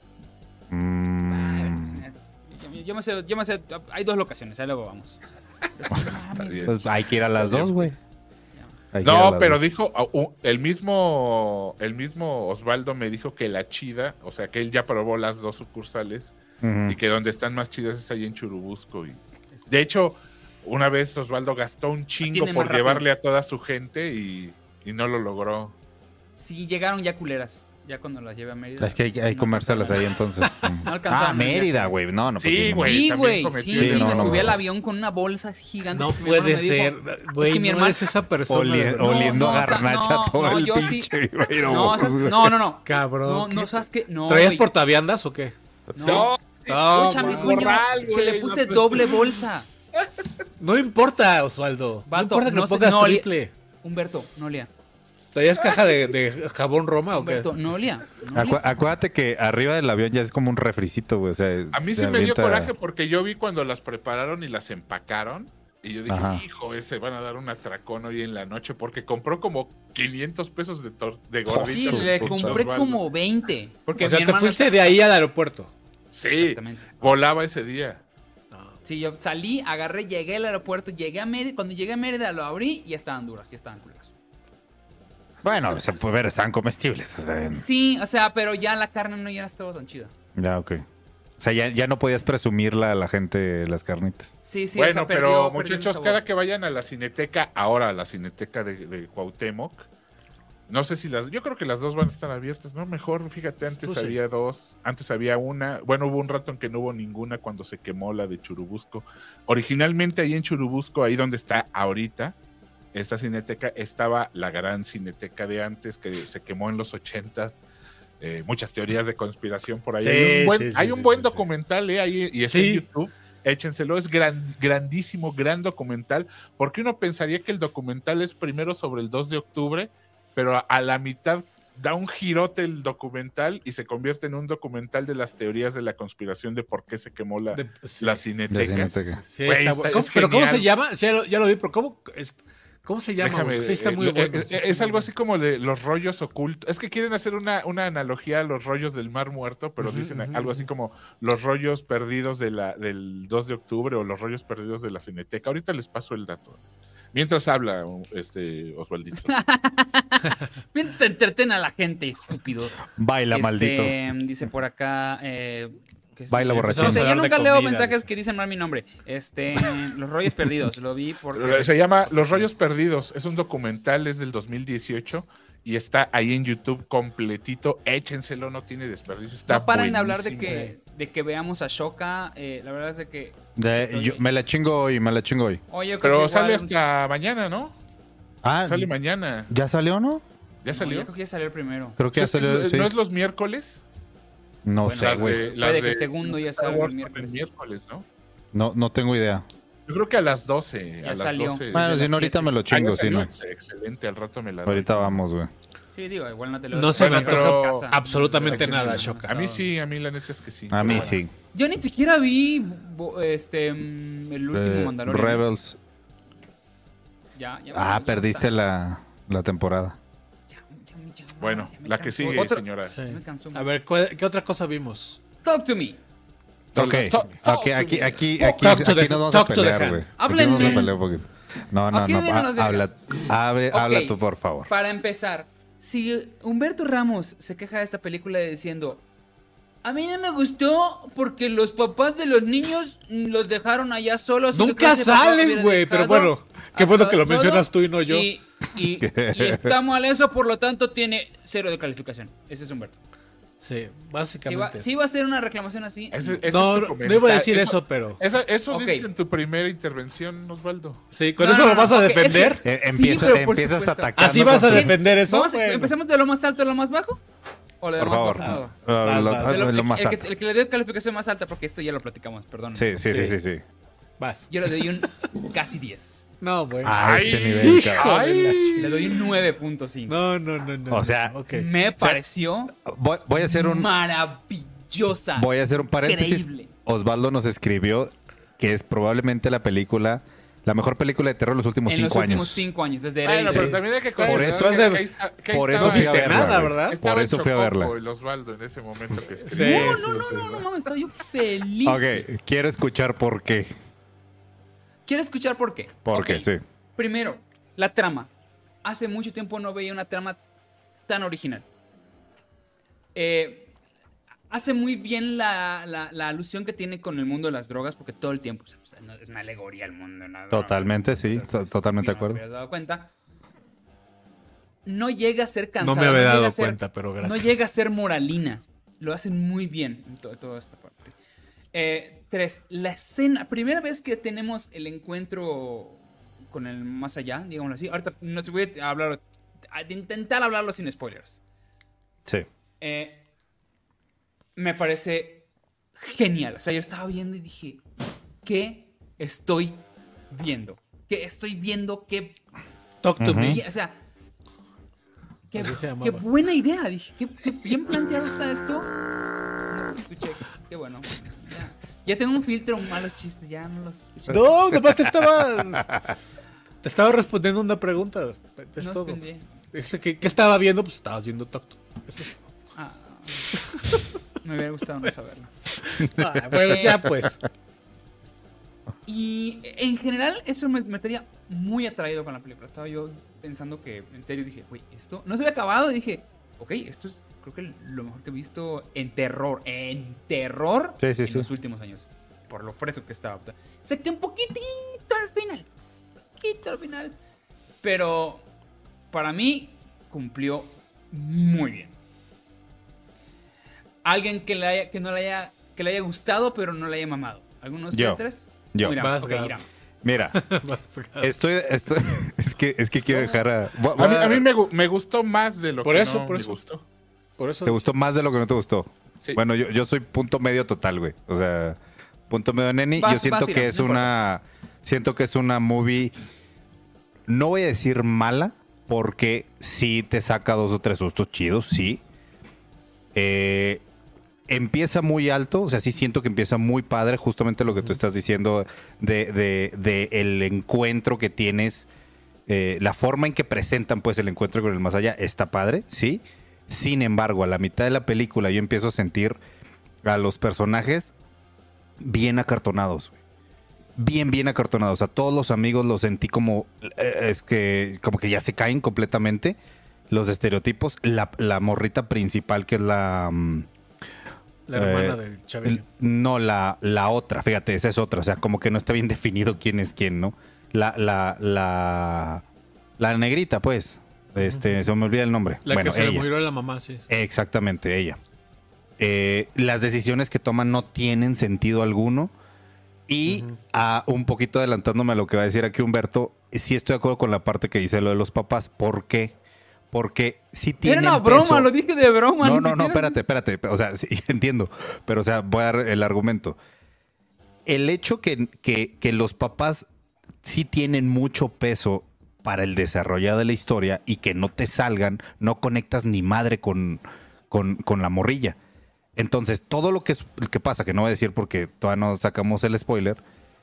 Yo me sé, hay 2 locaciones, ahí luego vamos. Pues hay que ir a las 2, güey. No, pero dijo, el mismo Osvaldo me dijo que la chida, o sea, que él ya probó las 2 sucursales y que donde están más chidas es ahí en Churubusco. De hecho, una vez Osvaldo gastó un chingo por llevarle a toda su gente y no lo logró. Sí, llegaron ya culeras. Ya cuando las lleve a Mérida. Es que hay comérselas ahí entonces. No alcanzaron. Mérida, güey. No, pues sí, güey. Sí, güey. Sí, me subí al avión con una bolsa gigante. No puede ser. Güey, no eres esa persona. Oliendo garnacha todo el pinche. No. Cabrón. No, ¿sabes qué? No. ¿Traías portaviandas o qué? No. Escúchame, coño. Es que le puse doble bolsa. No importa, Osvaldo. No importa que lo pongas triple. Humberto, no olía. ¿Traías caja de jabón Roma Humberto, o qué? No olía. Acuérdate que arriba del avión ya es como un refricito, güey. O sea, a mí sí me dio coraje porque yo vi cuando las prepararon y las empacaron Y yo dije, Ajá. hijo, ese van a dar un atracón hoy en la noche porque compró como 500 pesos de gorditas. Sí, Puta, le puta. compré Osvaldo. como 20. Porque O sea, mi te hermano fuiste está- de ahí al aeropuerto. Sí, Exactamente. volaba ese día. Sí, yo salí, agarré, llegué al aeropuerto, llegué a Mérida. Cuando llegué a Mérida lo abrí y ya estaban duras, ya estaban culeras. Bueno, se puede ver, están comestibles. O sea, Sí, o sea, pero ya la carne no ya estaba tan chida. ya, ok. O sea, ya no podías presumirla a la gente las carnitas. Sí, sí, Bueno, o sea, pero perdió el muchachos, sabor. cada que vayan a la Cineteca, ahora a la Cineteca de Cuauhtémoc, no sé si yo creo que las dos van a estar abiertas, ¿no? Mejor, fíjate, antes Pues sí. había dos, antes había una, bueno, hubo un rato en que no hubo ninguna cuando se quemó la de Churubusco. Originalmente ahí en Churubusco, ahí donde está ahorita, esta Cineteca, estaba la gran Cineteca de antes, que se quemó en los 80s. Muchas teorías de conspiración por ahí. Sí, Hay un sí, buen sí. documental ahí, y es Sí. en YouTube. Échenselo, es grandísimo, gran documental, porque uno pensaría que el documental es primero sobre el 2 de octubre, pero a la mitad da un girote el documental y se convierte en un documental de las teorías de la conspiración de por qué se quemó la La Cineteca. Cineteca. Sí, Güey, está está- bueno. es Pero ¿cómo se genial. llama? Sí, ya lo vi, pero ¿cómo se llama? Déjame, güey? Sí, está muy bueno. es algo así como los rollos ocultos. Es que quieren hacer una analogía a los rollos del Mar Muerto, pero Ujú, dicen ujú, algo así como los rollos perdidos del 2 de octubre o los rollos perdidos de la Cineteca. Ahorita les paso el dato. Mientras habla Osvaldito. Mientras se entreten a la gente, estúpido. Baila, maldito. Dice por acá. Baila borrachín. No sé, yo Hablar de nunca leo comida, mensajes dice. que dicen mal mi nombre. Los rollos perdidos, lo vi porque. Se llama Los rollos perdidos. Es un documental, es del 2018 y está ahí en YouTube completito. Échenselo, no tiene desperdicio. Está No paran de hablar de buenísimo. que veamos a Shoka. La verdad es de que. Me la chingo hoy. Oye, yo creo Pero que sale igual- hasta mañana, ¿no? Ah, Sale mañana. ¿ya salió, no? ¿Ya No, salió? yo creo que ya salió el primero. Creo que ya ¿Es que salió, sí. ¿No es los miércoles? No Bueno, sé, Las güey. de- Puede que de el segundo ya Star salga Wars el son el miércoles, ¿no? No tengo idea. Yo creo que a las 12. Ya a las salió. 12. Bueno, las si no, ahorita 7. me lo chingo, ya si no. salió. Excelente, al rato me la doy. Ahorita vamos, güey. Sí, digo, igual no te lo No se me Bueno, pero- antoja casa. absolutamente Échenselo. nada, Shoka. A mí sí, a mí la neta es que sí. A mí Pero sí. Yo ni siquiera vi el último Mandalorian. Rebels. Ya Perdiste la temporada. Bueno, ya me la que cansó. sigue, Otra- señora. Sí. Ya me cansó A mucho. ver, ¿qué otra cosa vimos? Talk to me. Ok, aquí nos vamos a talk to the pelear, hand. güey. Aquí Háblenme. nos vamos a pelear un poquito. No, Aquí vienen las habla, vergas. habla Ok. tú, por favor. Para empezar, si Humberto Ramos se queja de esta película diciendo: a mí no me gustó porque los papás de los niños los dejaron allá solos. y yo creo Nunca que ese papá salen, hubiera güey, pero dejado bueno, qué bueno que lo a todos mencionas tú y no yo. Y está mal eso, por lo tanto tiene 0 de calificación. Ese es Humberto. Sí, Si básicamente. va a ser una reclamación así. Ese No, es tu no iba a comentario. decir eso, pero. Eso Ok. dices en tu primera intervención, Osvaldo. Sí, ¿con No, eso no, lo vas a ok, defender? Empiezas pero por empiezas supuesto. atacando. ¿Así vas a con tu- defender eso? Vamos, ¿empezamos de lo más alto a lo más bajo? ¿O de lo Por más favor. bajo? Lo más el, alto. el que le dio calificación más alta, porque esto ya lo platicamos, perdón. Sí. Vas. Yo le doy un casi 10. No, güey. A ese nivel, hijo cabrón. de la Le doy un 9.5. No. O sea, ok. Me pareció Voy a hacer un maravillosa. paréntesis. Increíble. Osvaldo nos escribió que es probablemente la mejor película de terror de los últimos En los 5 últimos años. 5 años, desde Bueno, Eraser. pero también hay que Por considerar eso- que ahí está- que ahí por eso estaba- fui a viste verla, nada, güey. ¿verdad? estaba Por eso fui a verla. Chococo, el Osvaldo en ese momento que Sí, escribió. No, mames, estoy yo feliz. Ok, quiero escuchar por qué. ¿Quieres escuchar por qué? ¿Por Ok. qué? Sí. Primero, la trama. Hace mucho tiempo no veía una trama tan original. Hace muy bien la alusión que tiene con el mundo de las drogas, porque todo el tiempo o sea, es una alegoría al mundo de las drogas. Totalmente, sí, totalmente de no me acuerdo. habías dado cuenta. No llega a ser cansado. No me había llega dado a ser- cuenta, pero gracias. No llega a ser moralina. Lo hacen muy bien en toda esta parte. 3. La escena. Primera vez que tenemos el encuentro con el más allá, digámoslo así. Ahorita no te voy a hablar. A intentar hablarlo sin spoilers. Sí. Me parece genial. O sea, yo estaba viendo y dije, ¿qué estoy viendo? ¿Qué estoy viendo? ¿Qué Talk to me. o sea, qué, Así se llamaba. qué buena idea. Dije, qué bien planteado está esto. No te escuché. Qué bueno. Ya. Ya tengo un filtro, malos chistes, ya no los escucho. No, nomás te estaba respondiendo una pregunta. Es No todo. entendí. ¿Qué estaba viendo? Pues estabas viendo Tok Tok. Eso es. Ah, me hubiera gustado no saberlo. Bueno, ya pues. Y en general eso me tenía muy atraído con la película. Estaba yo pensando que, en serio, dije, güey, esto no se había acabado. Y dije, ok, esto es creo que lo mejor que he visto en terror. En terror Sí, en los últimos años. Por lo fresco que estaba. Sé que un poquitito al final. Pero para mí cumplió muy bien. Alguien que le haya gustado, pero no le haya mamado. ¿Alguno de ustedes tres? Yo. Mira, Mira, estoy es que quiero dejar a... A mí me gustó más de lo que no me gustó. Por eso ¿Te gustó más de lo que no te gustó? Sí. Bueno, yo soy punto medio total, güey. O sea, punto medio neni. Yo siento que es una... Siento que es una movie... No voy a decir mala, porque sí te saca 2 o 3 sustos chidos, sí. Empieza muy alto, o sea, sí siento que empieza muy padre, justamente lo que tú estás diciendo de el encuentro que tienes, la forma en que presentan pues el encuentro con el más allá está padre, sí. Sin embargo, a la mitad de la película yo empiezo a sentir a los personajes bien acartonados, bien acartonados. A todos los amigos los sentí como como que ya se caen completamente los estereotipos. La morrita principal, que es la hermana del Chabelo. No, la otra, fíjate, esa es otra. O sea, como que no está bien definido quién es quién, ¿no? La negrita, pues. Se me olvida el nombre. La que se le murió a la mamá, sí. Exactamente, ella. Las decisiones que toman no tienen sentido alguno. Y un poquito adelantándome a lo que va a decir aquí Humberto, sí estoy de acuerdo con la parte que dice lo de los papás. ¿Por qué? Porque sí tienen Era una broma, peso. lo dije de broma. No, espérate. O sea, sí, entiendo. Pero, o sea, voy a dar el argumento. El hecho que los papás sí tienen mucho peso para el desarrollo de la historia y que no te salgan, no conectas ni madre con la morrilla. Entonces, todo lo que pasa, que no voy a decir porque todavía no sacamos el spoiler,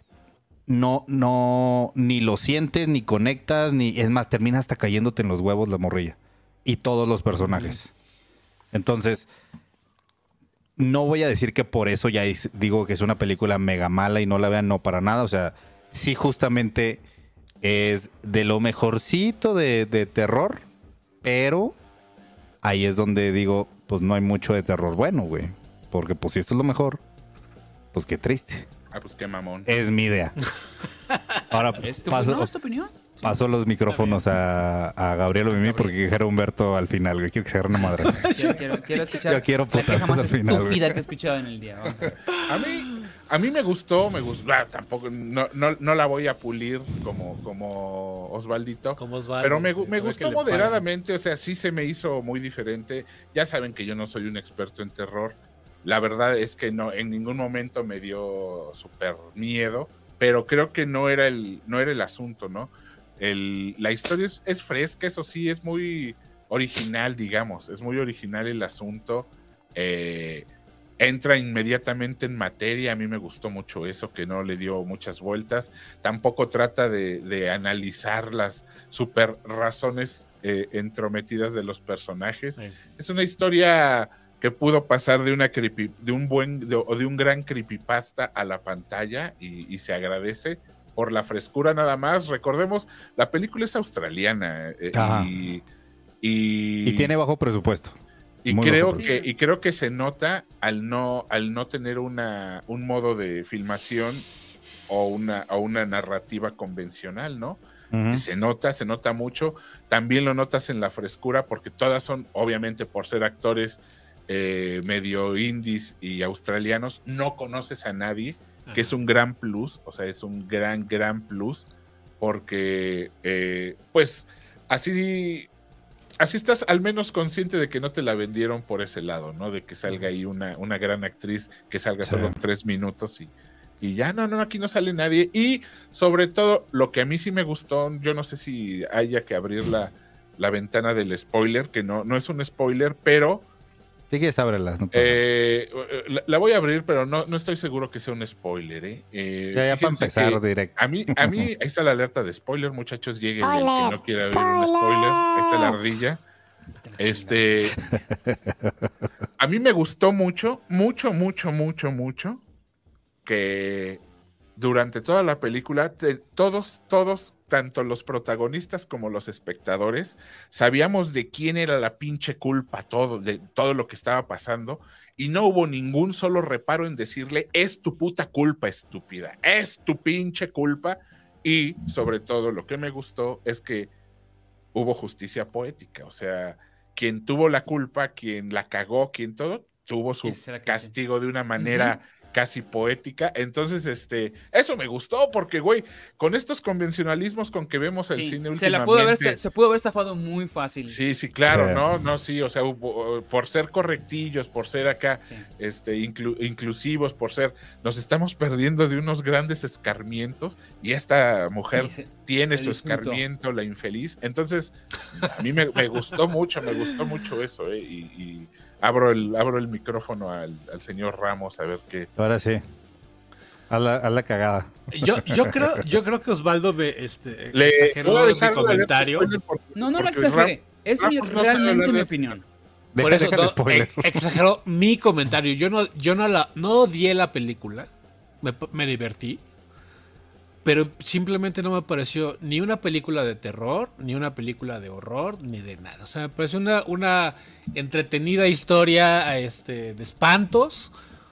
no, ni lo sientes, ni conectas, es más, termina hasta cayéndote en los huevos la morrilla. Y todos los personajes. Entonces, no voy a decir que por eso ya digo que es una película mega mala y no la vean, no, para nada. O sea, sí justamente es de lo mejorcito de terror, pero ahí es donde digo, pues no hay mucho de terror bueno, güey. Porque pues si esto es lo mejor, pues qué triste. Ah, pues qué mamón. Es mi idea. Ahora ¿Es tu opinión? Paso los micrófonos a Gabriel o Mimi porque quiero Humberto al final, güey. Quiero que se agarre una madre. Quiero escuchar. Yo quiero la queja putazos más al final, güey. estúpida que he escuchado en el día. Vamos a ver. A mí me gustó. Tampoco, no la voy a pulir como Osvaldito. Como Osvaldo, pero me sí, gustó moderadamente. O sea, sí se me hizo muy diferente. Ya saben que yo no soy un experto en terror. La verdad es que no, en ningún momento me dio súper miedo. Pero creo que no era el asunto, ¿no? La historia es fresca, eso sí, es muy original, digamos. Es muy original el asunto. Entra inmediatamente en materia. A mí me gustó mucho eso, que no le dio muchas vueltas. Tampoco trata de analizar las super razones entrometidas de los personajes. Sí. Es una historia que pudo pasar de un gran creepypasta a la pantalla y se agradece por la frescura nada más. Recordemos, la película es australiana y tiene bajo presupuesto. Y creo que se nota al no tener un modo de filmación o una narrativa convencional, ¿no? Uh-huh. Se nota mucho. También lo notas en la frescura porque todas son, obviamente, por ser actores medio indies y australianos, no conoces a nadie, que es un gran plus, o sea, es un gran plus, porque pues así estás al menos consciente de que no te la vendieron por ese lado, ¿no? De que salga ahí una gran actriz que salga solo 3 minutos y ya no, aquí no sale nadie. Y sobre todo, lo que a mí sí me gustó, yo no sé si haya que abrir la ventana del spoiler, que no es un spoiler, pero Si quieres, ábrelas. No pasa nada. La voy a abrir, pero no estoy seguro que sea un spoiler, ¿eh? Ya para Fíjense empezar que directo. A mí, ahí está la alerta de spoiler, muchachos. Lleguen el que no quiera oír un spoiler. Ahí está la ardilla. A mí me gustó mucho que durante toda la película todos, tanto los protagonistas como los espectadores, sabíamos de quién era la pinche culpa de todo lo que estaba pasando, y no hubo ningún solo reparo en decirle, es tu puta culpa, estúpida, es tu pinche culpa. Y sobre todo lo que me gustó es que hubo justicia poética, o sea, quien tuvo la culpa, quien la cagó, quien todo, tuvo su castigo de una manera casi poética. Entonces, eso me gustó porque, güey, con estos convencionalismos con que vemos el cine últimamente... Se pudo haber zafado muy fácil. Sí, claro, sí. No, o sea, por ser correctillos, por ser acá, inclusivos, nos estamos perdiendo de unos grandes escarmientos, y esta mujer tiene su escarmiento, la infeliz. Entonces, a mí me gustó mucho eso, y abro el micrófono al señor Ramos a ver qué. Ahora sí. A la cagada. Yo creo que Osvaldo exageró mi comentario. No lo exageré. Es realmente mi opinión. Por eso exageró mi comentario. Yo no odié la película. Me divertí. Pero simplemente no me pareció ni una película de terror, ni una película de horror, ni de nada. O sea, me pareció una entretenida historia de espantos.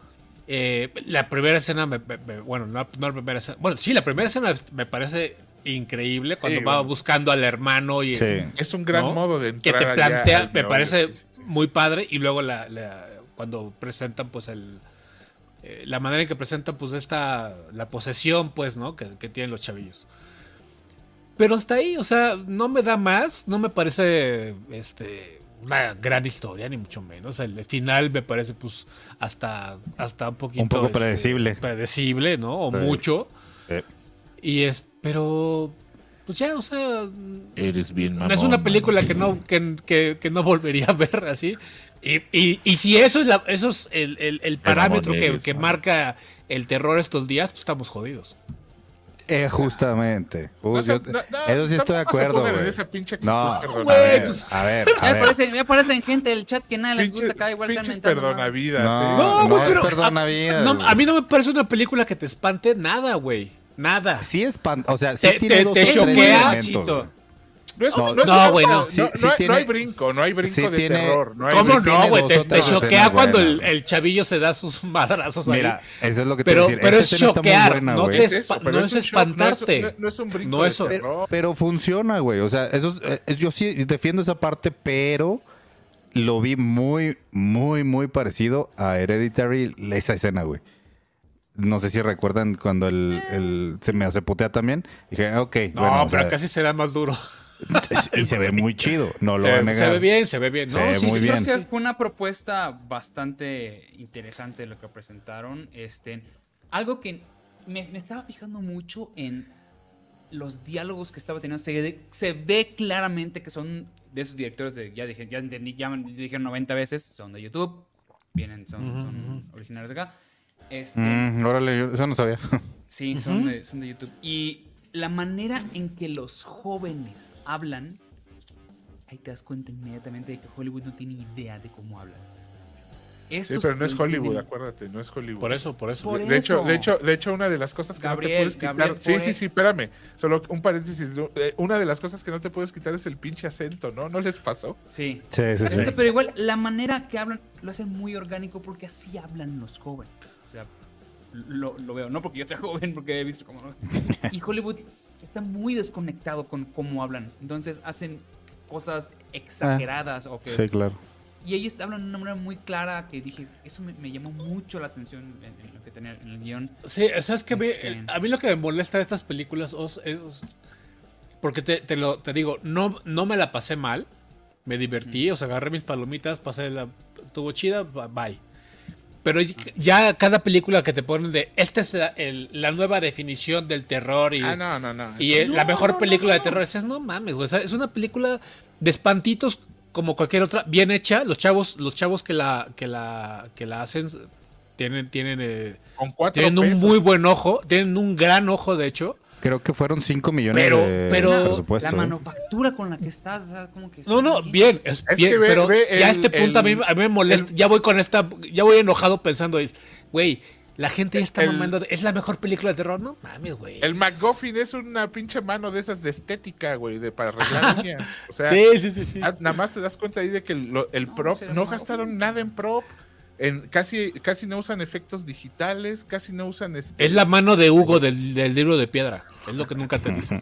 La primera escena, bueno, no la primera escena. Bueno, sí, la primera escena me parece increíble cuando va buscando al hermano. Y es un gran modo de entrar. Que te plantea, me parece muy padre. Y luego cuando presentan, pues, la manera en que presentan, pues, la posesión, pues, ¿no? Que tienen los chavillos. Pero hasta ahí, o sea, no me da más, no me parece una gran historia, ni mucho menos. El final me parece, pues, hasta un poquito... Un poco predecible. Predecible, ¿no? O mucho. Y pero, pues ya, o sea... Eres bien mamón. No es una película que no volvería a ver así. Y si eso es el parámetro que marca el terror estos días, pues estamos jodidos. Justamente. Eso sí estoy de acuerdo, güey. A ver. Me aparecen gente del chat que nada les gusta, cada igual están mentando. Perdonavidas. A mí no me parece una película que te espante nada, güey. Nada. Sí espanta, o sea, sí tiene te choquea, Chito. No, hay brinco de terror. ¿Cómo no, güey? Te choquea cuando el chavillo se da sus madrazos ahí. Mira, eso es lo que te voy a decir. Pero es choquear, no es espantarte. No es un brinco de terror. Pero funciona, güey. O sea, yo sí defiendo esa parte, pero lo vi muy, muy, muy parecido a Hereditary, esa escena, güey. No sé si recuerdan cuando se me hace putea también. Dije, ok. No, bueno, pero casi se da más duro. Y se ve muy chido, no lo voy a negar. Se ve bien. Se ve muy bien. Creo que fue una propuesta bastante interesante lo que presentaron. Algo que me estaba fijando mucho en los diálogos que estaba teniendo. Se ve claramente que son de esos directores ya dijeron 90 veces, son de YouTube, son originarios de acá. Órale, yo eso no sabía. Sí, son de YouTube. Y la manera en que los jóvenes hablan, ahí te das cuenta inmediatamente de que Hollywood no tiene idea de cómo hablan. Sí, pero no es Hollywood, acuérdate, no es Hollywood. Por eso. De hecho, una de las cosas que no te puedes quitar... Sí, espérame. Solo un paréntesis. Una de las cosas que no te puedes quitar es el pinche acento, ¿no? ¿No les pasó? Sí. Sí. Pero igual, la manera que hablan lo hacen muy orgánico porque así hablan los jóvenes. O sea, lo veo. No porque yo sea joven, porque he visto cómo... Y Hollywood está muy desconectado con cómo hablan. Entonces hacen cosas exageradas. Sí, claro. Y ellos hablan de una manera muy clara que dije, eso me llamó mucho la atención en lo que tenía en el guión. Sí, sabes que a mí lo que me molesta de estas películas es porque te digo, no me la pasé mal, me divertí, o sea, agarré mis palomitas, estuvo chida, bye. Pero ya cada película que te ponen esta es la nueva definición del terror y, no. Y la mejor película de terror, no mames, güey, o sea, es una película de espantitos como cualquier otra, bien hecha. Los chavos que la hacen tienen Con 4 tienen un pesos. muy buen ojo, tienen un gran ojo, de hecho. Creo que fueron 5 millones Pero- de pero- presupuesto. La ¿eh? manufactura con la que estás, o sea, como que está No, bien, Es bien, que ve- pero ve ya a el- este punto a mí me molesta, ya voy enojado pensando, güey, la gente ya está El- mamando, es la mejor película de terror, no mames, güey. El MacGuffin es una pinche mano de esas de estética, güey, para arreglar uñas. O sea, Sí. nada más te das cuenta ahí de que el prop, será no un gastaron nada en prop. Casi no usan efectos digitales, casi no usan Es la mano de Hugo del libro de piedra, es lo que nunca te dicen.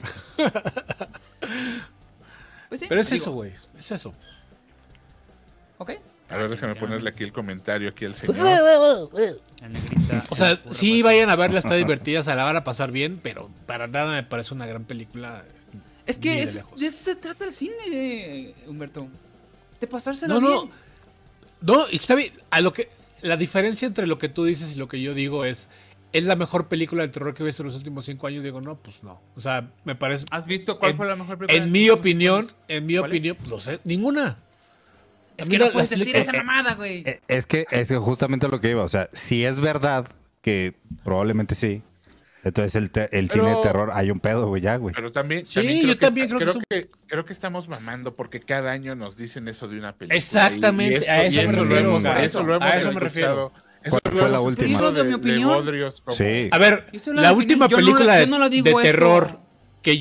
Pues sí, Pero es digo, eso, güey, es eso. Ok. A ver, déjame ponerle aquí el comentario aquí al señor. La negrita. O sea, sí vayan a verla, está divertida, se la van a pasar bien, pero para nada me parece una gran película. Es ni que de de lejos. eso se trata el cine, Humberto. De pasársela No, bien. no, está bien. La diferencia entre lo que tú dices y lo que yo digo es la mejor película de terror que he visto en los últimos 5 años. Digo, no, pues no. O sea, me parece. ¿Has visto cuál en- fue la mejor película? En de mi los opinión, últimos años? ¿Cuál es? pues no sé, ninguna. Es A que mí no puedes las decir películas- esa mamada, güey. Es que justamente lo que iba. O sea, si es verdad que probablemente sí, entonces el cine de terror hay un pedo, güey, ya, güey. Pero también, Sí, yo también creo que creo son- creo que estamos mamando porque cada año nos dicen eso de una película. Exactamente, a eso me lo refiero, hemos- Gato. eso lo hemos A eso me escuchado. refiero. Eso ¿Cuál lo fue la hemos última? escuchado ¿Yo de mi opinión? de Bodrios como- Sí. A ver, Yo estoy la hablando de última opinión, yo no película lo- yo no lo de digo esto. terror que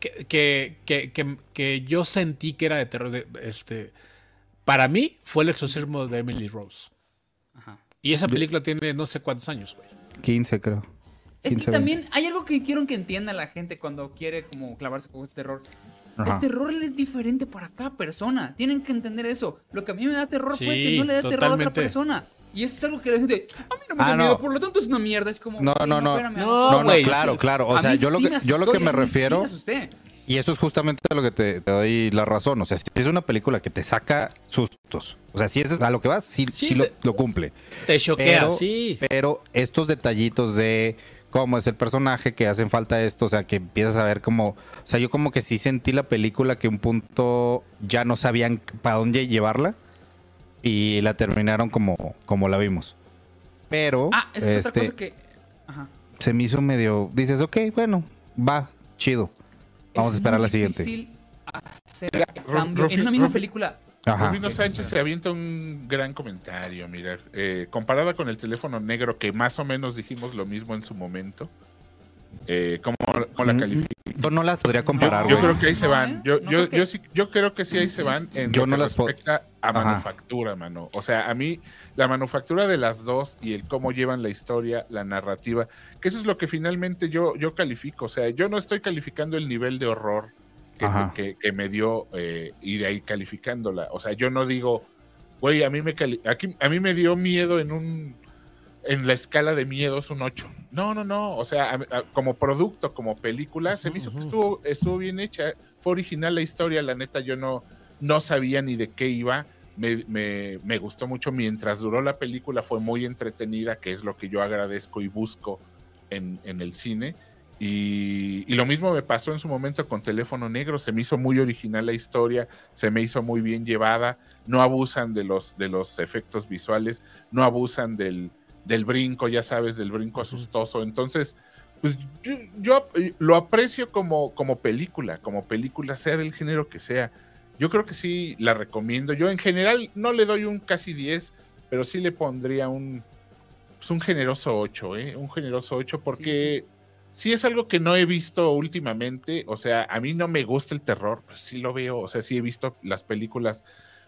yo sentí que era de terror, para mí fue El exorcismo de Emily Rose. Ajá. Y esa película tiene no sé cuántos años, güey. 15, creo. Es que 15, también hay algo que quiero que entienda la gente cuando quiere como clavarse con este terror. Ajá. El terror es diferente para cada persona. Tienen que entender eso. Lo que a mí me da terror Sí, puede que no le dé terror a otra totalmente. persona. Y eso es algo que la gente, a mí no me Ah, da no. miedo, por lo tanto es una mierda. Es como, No, "Güey, no, no. espérame, No, No, no, güey. claro. O A sea, mí yo lo sí que me yo lo asustó que y me a mí sí refiero, me asusté. y eso es justamente lo que te doy la razón. O sea, si es una película que te saca sustos, o sea, si es a lo que vas, sí Sí, lo cumple. Te choquea, Pero- sí. Pero estos detallitos de cómo es el personaje, que hacen falta esto, o sea, que empiezas a ver como... O sea, yo como que sí sentí la película que un punto ya no sabían para dónde llevarla y la terminaron como la vimos. Pero Ah, esa es otra cosa que... Ajá. se me hizo medio... Dices, ok, bueno, va, chido. Vamos a esperar muy la siguiente. difícil hacer Mira, el cambio Rufi- en una misma Rufi- película. Ajá. Rufino Sánchez se avienta un gran comentario, mira, comparada con el teléfono negro, que más o menos dijimos lo mismo en su momento, ¿cómo la califica? Yo no las podría comparar, Yo güey. creo que ahí se No, van. ¿eh? Yo, No yo, creo que- yo, sí, yo creo que sí ahí se van en Yo lo no que las puedo- respecta a Ajá. manufactura, mano. O sea, a mí la manufactura de las dos y el cómo llevan la historia, la narrativa, que eso es lo que finalmente yo califico. O sea, yo no estoy calificando el nivel de horror Ajá. que me dio y de ahí calificándola. O sea, yo no digo, güey, a mí me dio miedo en la escala de miedos un 8. No. O sea, como producto, como película, se me hizo que estuvo bien hecha. Fue original la historia, la neta, yo no sabía ni de qué iba. Me gustó mucho mientras duró la película, fue muy entretenida, que es lo que yo agradezco y busco en el cine. Y lo mismo me pasó en su momento con Teléfono Negro, se me hizo muy original la historia, se me hizo muy bien llevada, no abusan de los efectos visuales, no abusan del brinco, ya sabes, del brinco asustoso. Entonces, pues yo lo aprecio como película, sea del género que sea. Yo creo que sí la recomiendo. Yo en general no le doy un casi 10, pero sí le pondría un generoso 8, un generoso 8 porque... Sí es algo que no he visto últimamente, o sea, a mí no me gusta el terror, pues sí lo veo, o sea, sí he visto las películas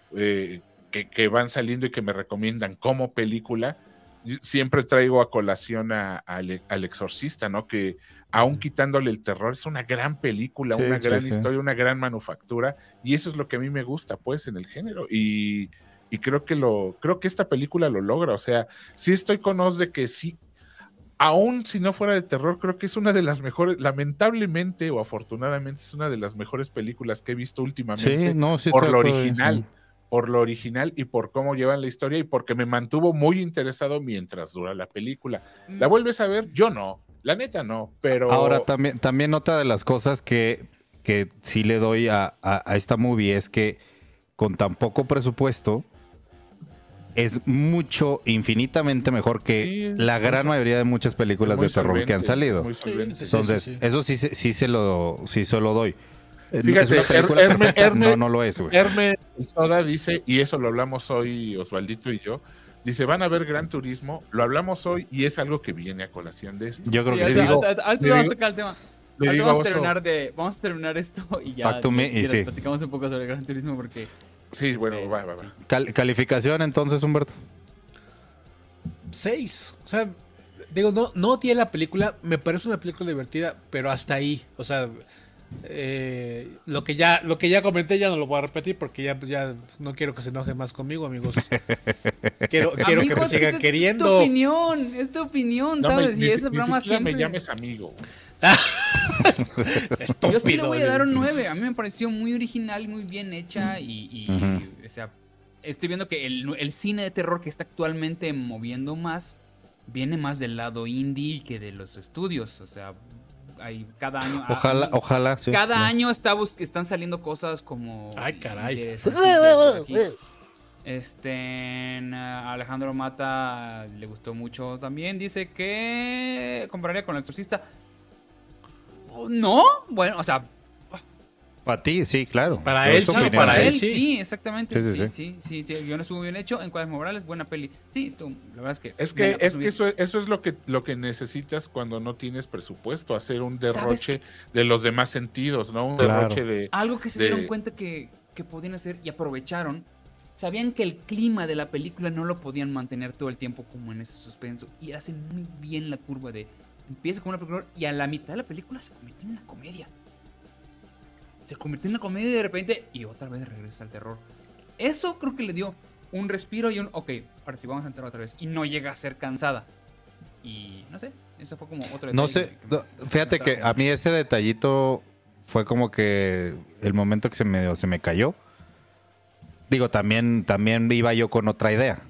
que van saliendo y que me recomiendan como película. Siempre traigo a colación al Exorcista, ¿no? Que aún quitándole el terror, es una gran película, Sí, una sí, gran sí. historia, una gran manufactura, y eso es lo que a mí me gusta, pues, en el género, y creo que esta película lo logra, o sea, sí estoy con Oz de que sí, aún si no fuera de terror, creo que es una de las mejores, lamentablemente o afortunadamente, es una de las mejores películas que he visto últimamente Sí, no, sí por estoy lo de acuerdo, original, sí. por lo original y por cómo llevan la historia y porque me mantuvo muy interesado mientras dura la película. ¿La vuelves a ver? Yo no, la neta no, pero... Ahora, también otra de las cosas que sí le doy a esta movie es que con tan poco presupuesto es mucho, infinitamente mejor que Sí, la gran mayoría de muchas películas de terror que han salido. Entonces, eso sí se lo doy. Fíjate, ¿Es una película perfecta? No lo es, güey. Hermes Soda dice, y eso lo hablamos hoy Osvaldito y yo, dice, van a ver Gran Turismo, lo hablamos hoy y es algo que viene a colación de esto. Yo creo Sí, que le sí. digo- ahorita le vamos a digo- tocar el tema. le Ahorita digo vamos a Oso- vamos a terminar esto y ya, Back to me, y sí. platicamos un poco sobre el Gran Turismo porque... Sí, bueno, va. sí. Calificación entonces, Humberto. 6. O sea, digo, no odié la película. Me parece una película divertida, pero hasta ahí. O sea, lo que ya comenté ya no lo voy a repetir porque ya no quiero que se enojen más conmigo, amigos. Quiero que me Amigos, sigan es queriendo. es tu opinión, No ¿sabes? me, Y ni, ese ni programa siquiera siempre... me llames amigo. Estúpido. Yo sí le voy a dar un 9. A mí me pareció muy original, muy bien hecha y o sea, estoy viendo que el cine de terror que está actualmente moviendo más viene más del lado indie que de los estudios. O sea, hay cada año... Ojalá, sí. Cada año están saliendo cosas como... Ay, caray. interesantillas aquí. Alejandro Mata le gustó mucho también. Dice que compararía con El Exorcista. No, bueno, o sea, Para ti, sí, claro. Para Pero él es tu sí, opinión. para él sí, sí. exactamente. Sí. Sí, yo no estuvo bien hecho. En Cuadros Morales, buena peli. Sí, la verdad es que. Es me la que, paso bien. eso es lo que necesitas cuando no tienes presupuesto, hacer un ¿Sabes derroche de los demás sentidos, ¿no? Un Claro. derroche de... Algo que se de- dieron cuenta que podían hacer y aprovecharon. Sabían que el clima de la película no lo podían mantener todo el tiempo como en ese suspenso. Y hacen muy bien la curva de. Empieza como una película y a la mitad de la película se convierte en una comedia. Se convirtió en una comedia y de repente y otra vez regresa al terror. Eso creo que le dio un respiro y un ok, ahora sí vamos a entrar otra vez. Y no llega a ser cansada. Y no sé, eso fue como otro detalle. No sé, fíjate que a mí ese detallito fue como que el momento que se me cayó. Digo, también iba yo con otra idea.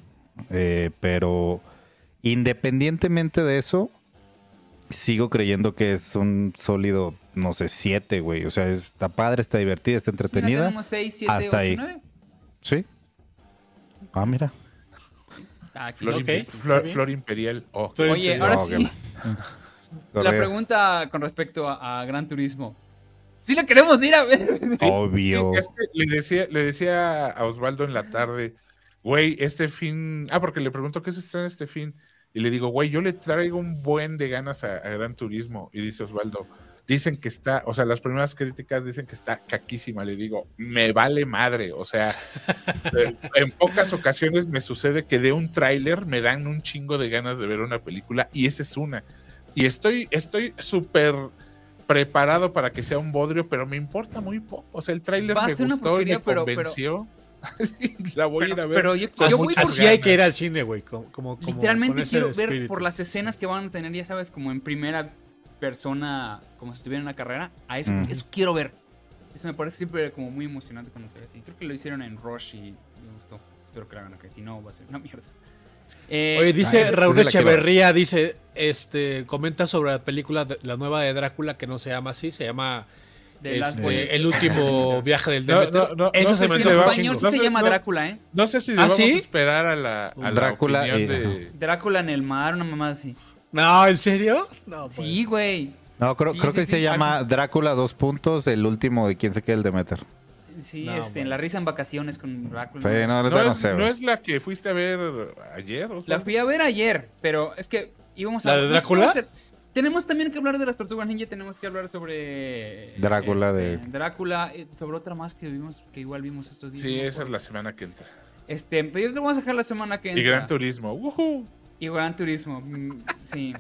Pero independientemente de eso, sigo creyendo que es un sólido, no sé, 7, güey. O sea, está padre, está divertida, está entretenida. Tenemos 6, 7, Hasta 8, ahí. 9. Sí. Ah, mira. Flor, Ok, Flor- Flor Imperial. Oh. Oye, ahora No, sí. La Correcto. pregunta con respecto a Gran Turismo. Sí la queremos ir a ver. Obvio. Sí, es que le decía a Osvaldo en la tarde, güey, este fin... Ah, porque le pregunto qué se estrena este fin. Y le digo, güey, yo le traigo un buen de ganas a Gran Turismo. Y dice Osvaldo, dicen que está... O sea, las primeras críticas dicen que está caquísima. Le digo, me vale madre. O sea, en pocas ocasiones me sucede que de un tráiler me dan un chingo de ganas de ver una película. Y esa es una. Y estoy súper preparado para que sea un bodrio, pero me importa muy poco. O sea, el tráiler Va a me ser una gustó y porquería, me pero- convenció. La voy a ir a ver. Pero yo con voy muchas por- Así hay ganas. que ir al cine, güey. Como Literalmente con ese quiero ver espíritu. por las escenas que van a tener, ya sabes, como en primera persona, como si estuviera en una carrera. A eso, eso quiero ver. Eso me parece siempre como muy emocionante cuando se ve así. Creo que lo hicieron en Rush y me gustó. Espero que lo hagan, que si no va a ser una mierda. Oye, dice Raúl esa es la que Echeverría, dice, comenta sobre la película, la nueva de Drácula, que no se llama así, se llama The Last Voyage. El último viaje del No, Demeter. no, Esa no se sé me si En le antoja va- un español chingo. sí se llama Drácula, ¿eh? No sé si ¿Ah, debamos sí? esperar a la Drácula opinión y- de... Drácula en el mar, una mamá así. No, ¿en serio? No, pues. Sí, güey. No, creo Sí, que sí, se sí. llama Drácula 2 puntos, el último de quién se queda el Demeter. Sí, No, en bueno. La risa en vacaciones con Drácula. Sí, no, No sé. es, güey. no es la que fuiste a ver ayer, Osvaldo? La fui a ver ayer, pero es que íbamos a... ¿La de no sé cómo Drácula? hacer. Tenemos también que hablar de las Tortugas Ninja, tenemos que hablar sobre... Drácula Drácula, sobre otra más que vimos, que igual vimos estos días. Sí, ¿no? esa es la semana que entra. Pero yo te vamos a dejar la semana que entra. Y Gran Turismo. ¡Woohoo! Y Gran Turismo, sí.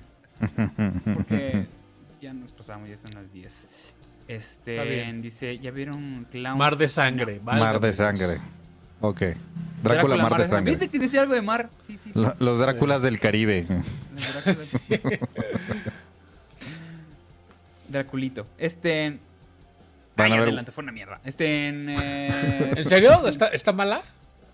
Porque ya nos pasamos, ya son las 10. Está bien. Dice, ¿ya vieron Clown? Mar de sangre. Mar válgame de Dios. sangre. Ok. Drácula, Mar de Sangre. ¿Viste que decía algo de mar? Sí. Los Dráculas del Caribe. Draculito. Van a Ay, ver- adelante, fue una mierda. ¿En serio? ¿Está mala?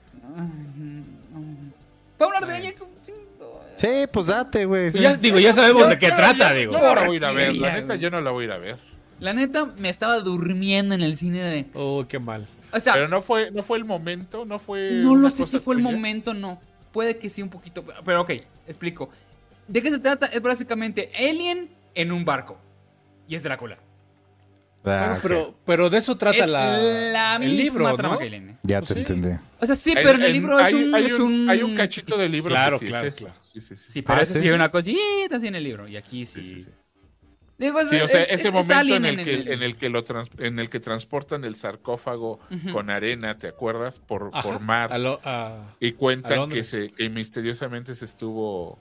¿Puedo hablar de ella? Sí. Sí, pues date, güey. sí. Ya sabemos de qué trata, digo. Yo no la voy a ir a ver. La Porquería, neta, güey. yo no la voy a ir a ver. La neta, me estaba durmiendo en el cine de... Oh, qué mal. O sea, Pero no fue el momento, no fue. no lo una sé si cosa fue el tuya. momento, no. Puede que sí un poquito, pero ok, explico. ¿De qué se trata? Es básicamente Alien en un barco. Y es Drácula. Ah, Bueno, ok. pero de eso trata Es la el misma libro, trama ¿no? que Alien. Ya Pues te sí. entendí. O sea, sí, pero en el libro es un... Hay un cachito del libro Claro, que sí claro, es eso. claro. Sí, sí, sí. Sí, pero Ah, eso ¿sí? sí hay una cosita así en el libro. Y aquí sí. Sí, sí, sí. Digo, Sí, o sea, ese momento Alien en el que transportan el sarcófago Ujú. con arena, ¿te acuerdas? Por Ajá, mar. a Y cuentan Londres. que misteriosamente se estuvo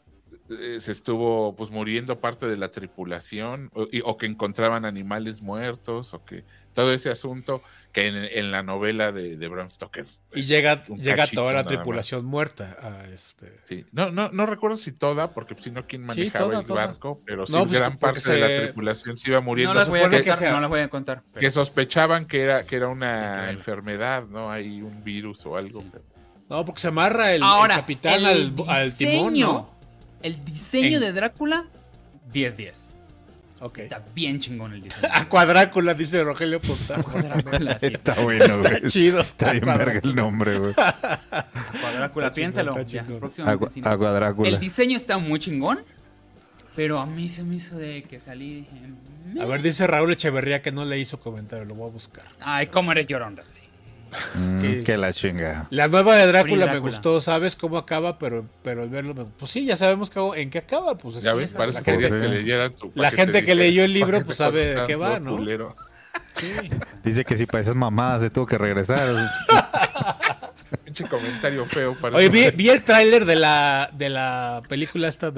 pues muriendo parte de la tripulación o que encontraban animales muertos o que todo ese asunto que en la novela de Bram Stoker Y es llega un toda cachito la nada tripulación muerta a más. Sí. No recuerdo si toda, porque si no quién Sí, manejaba toda, el toda. barco, pero sí No, pues, gran porque parte de la tripulación se iba muriendo. No las voy a supone que contar, sea- no las voy a contar. pero- Que sospechaban que era una Claro. enfermedad, ¿no? Hay un virus o algo. Sí. No, porque se amarra el Ahora, capitán el al timón, diseño, ¿no? El diseño En- de Drácula, 10-10. Ok. Está bien chingón el diseño. A Cuadrácula, dice Rogelio Punta. Drácula, sí. Está bueno, Está güey. chido. Está bien verga el nombre, güey. Drácula, Está piénsalo. chingón, está Ya, chingón. próximamente en cines. Agua Drácula. El diseño está muy chingón, pero a mí se me hizo de que salí y dije... A ver, dice Raúl Echeverría que no le hizo comentario, lo voy a buscar. Ay, cómo eres llorón, Dudley. Que la chinga. La nueva de Drácula me Drácula. gustó, sabes cómo acaba, pero al verlo, pues sí, ya sabemos en qué acaba. Pues Ya es- ves, parece la que querías gente, que leyera tu. la gente que leyó el libro, para pues te sabe de contaran qué va, todo ¿no? culero. sí. Dice que si para esas mamadas se tuvo que regresar. Pinche comentario feo para Oye, vi el tráiler de la película esta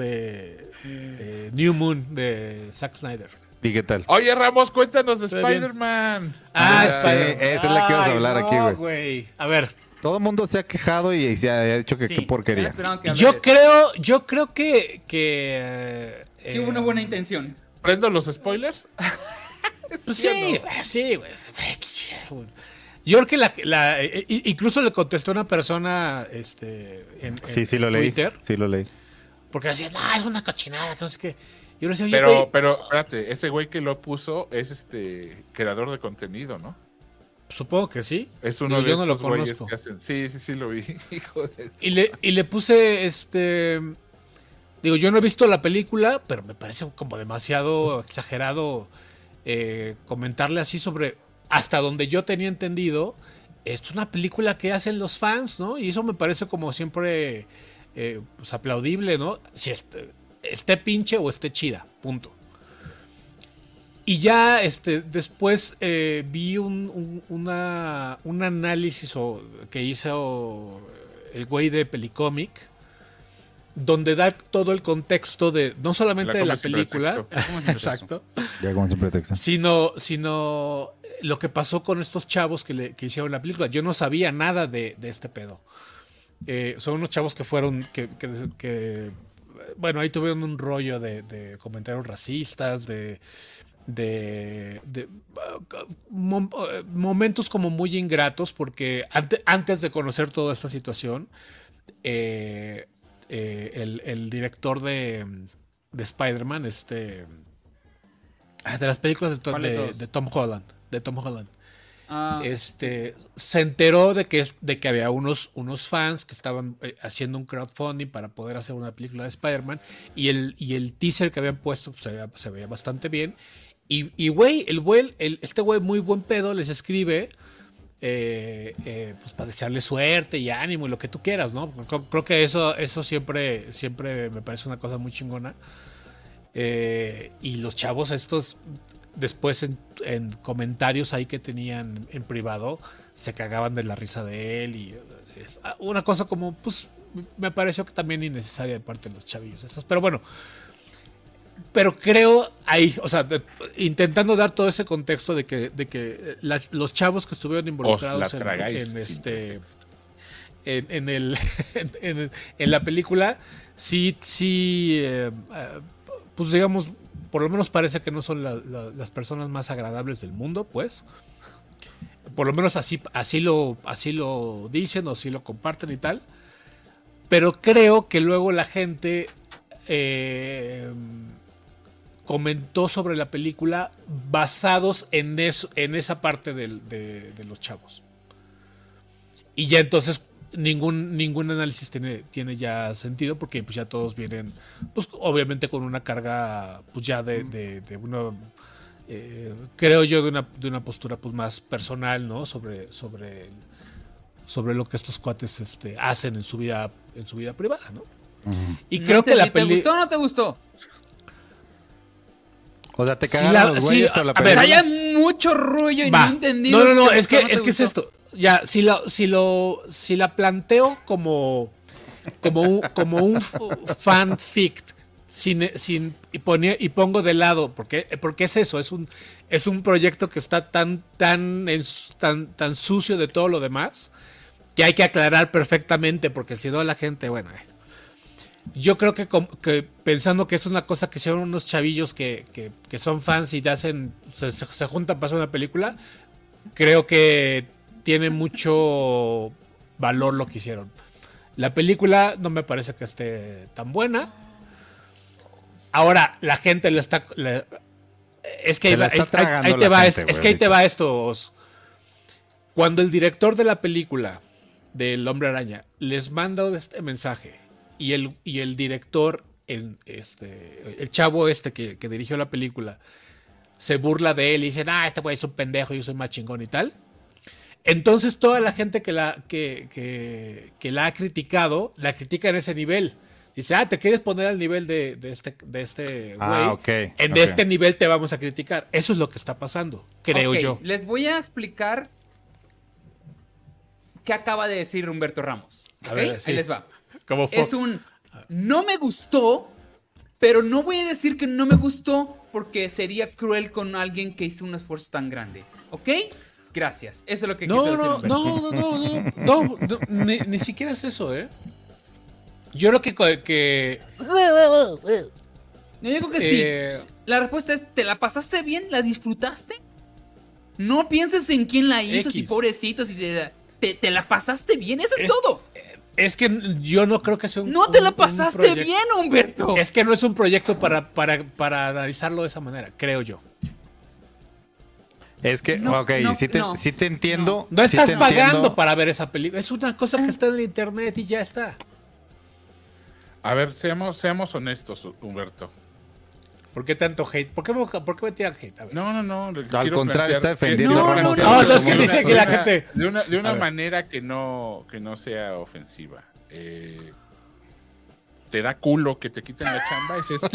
de New Moon de Zack Snyder. ¿Y qué tal? Oye, Ramos, cuéntanos de Está bien. Spider-Man. Ah, sí, esa es la que ibas a hablar Ay, aquí, no, güey. A ver, Todo el mundo se ha quejado y se ha dicho que Sí, qué porquería. esperaban que yo hablaras. creo que Que hubo una buena intención. ¿Prendo los spoilers? Pues ¿Sí o sí, güey. Yo creo que incluso le contestó una persona en Sí, lo leí. Twitter, Sí, lo leí. porque decía, no, es una cochinada, que no sé qué. Yo le decía, oye, güey, Pero, espérate, ese güey que lo puso es creador de contenido, ¿no? supongo que sí. Es uno Digo, de yo no lo estos güeyes conozco. que hacen. Sí, lo vi. Hijo de. Y le puse digo, yo no he visto la película, pero me parece como demasiado exagerado comentarle así sobre hasta donde yo tenía entendido. Es una película que hacen los fans, ¿no? Y eso me parece como siempre pues aplaudible, ¿no? Si esté pinche o esté chida, punto. Y ya después vi un análisis que hizo el güey de Pelicomic, donde da todo el contexto de no solamente de la película, exacto, Ya como siempre te sino lo que pasó con estos chavos que hicieron la película. Yo no sabía nada de este pedo. Son unos chavos que fueron, bueno, ahí tuvieron un rollo de comentarios racistas, de momentos como muy ingratos, porque antes de conocer toda esta situación, el director de Spider-Man, de las películas de Tom Holland, se enteró de que había unos fans que estaban haciendo un crowdfunding para poder hacer una película de Spider-Man, y el teaser que habían puesto pues, se veía bastante bien. Y güey, este güey muy buen pedo les escribe pues para desearle suerte y ánimo y lo que tú quieras, ¿no? Creo que eso siempre me parece una cosa muy chingona. Y los chavos estos después en comentarios ahí que tenían en privado se cagaban de la risa de él, y es una cosa como, pues me pareció que también innecesaria de parte de los chavillos estos, pero bueno. Pero creo ahí, o sea, intentando dar todo ese contexto de que los chavos que estuvieron involucrados en la película, sí, pues digamos, por lo menos parece que no son las personas más agradables del mundo, pues. Por lo menos así lo dicen o así lo comparten y tal. Pero creo que luego la gente comentó sobre la película basados en eso, en esa parte de los chavos. Y ya entonces ningún análisis tiene ya sentido, porque pues ya todos vienen, pues obviamente con una carga, pues ya de una, creo yo, de una postura pues más personal, ¿no? Sobre lo que estos cuates hacen en su vida privada, ¿no? Y creo que la película... ¿Te gustó o no te gustó? O sea, te cagaron los güeyes con la película. A ver, hay mucho rollo y no entendí. No, es que es esto. Ya, si la planteo como un fanfic y pongo de lado, porque es eso, es un proyecto que está tan sucio de todo lo demás, que hay que aclarar perfectamente, porque si no la gente, bueno, yo creo que pensando que es una cosa que hicieron unos chavillos que son fans y se juntan para hacer una película, creo que tiene mucho valor lo que hicieron. La película no me parece que esté tan buena. Ahora, la gente es que ahí te va estos. Cuando el director de la película del Hombre Araña les manda este mensaje y el director, el chavo que dirigió la película, se burla de él y dice, este güey es un pendejo, yo soy más chingón y tal. Entonces toda la gente que la ha criticado, la critica en ese nivel. Dice, te quieres poner al nivel de este güey. Okay, este nivel te vamos a criticar. Eso es lo que está pasando, creo yo. Les voy a explicar qué acaba de decir Humberto Ramos. A ver, sí. Ahí les va. Como Fox. No me gustó, pero no voy a decir que no me gustó porque sería cruel con alguien que hizo un esfuerzo tan grande. ¿Ok? Gracias. Eso es lo que quiso decir No, ni siquiera es eso, ¿eh? Yo creo que... Yo digo que sí. La respuesta es, ¿te la pasaste bien? ¿La disfrutaste? No pienses en quién la hizo, si pobrecito, si te la pasaste bien, eso es todo. Es que yo no creo que sea No te la pasaste bien, Humberto. Es que no es un proyecto para analizarlo de esa manera, creo yo. Es que, sí te entiendo. No estás pagando para ver esa película. Es una cosa que está en el internet y ya está. A ver, seamos honestos, Humberto. ¿Por qué tanto hate? ¿Por qué me tiran hate? A ver. No. Al contrario, está defendiendo a Ramos. No, es que dice que la gente... De una manera que no sea ofensiva. ¿Te da culo que te quiten la chamba? ¿Es eso?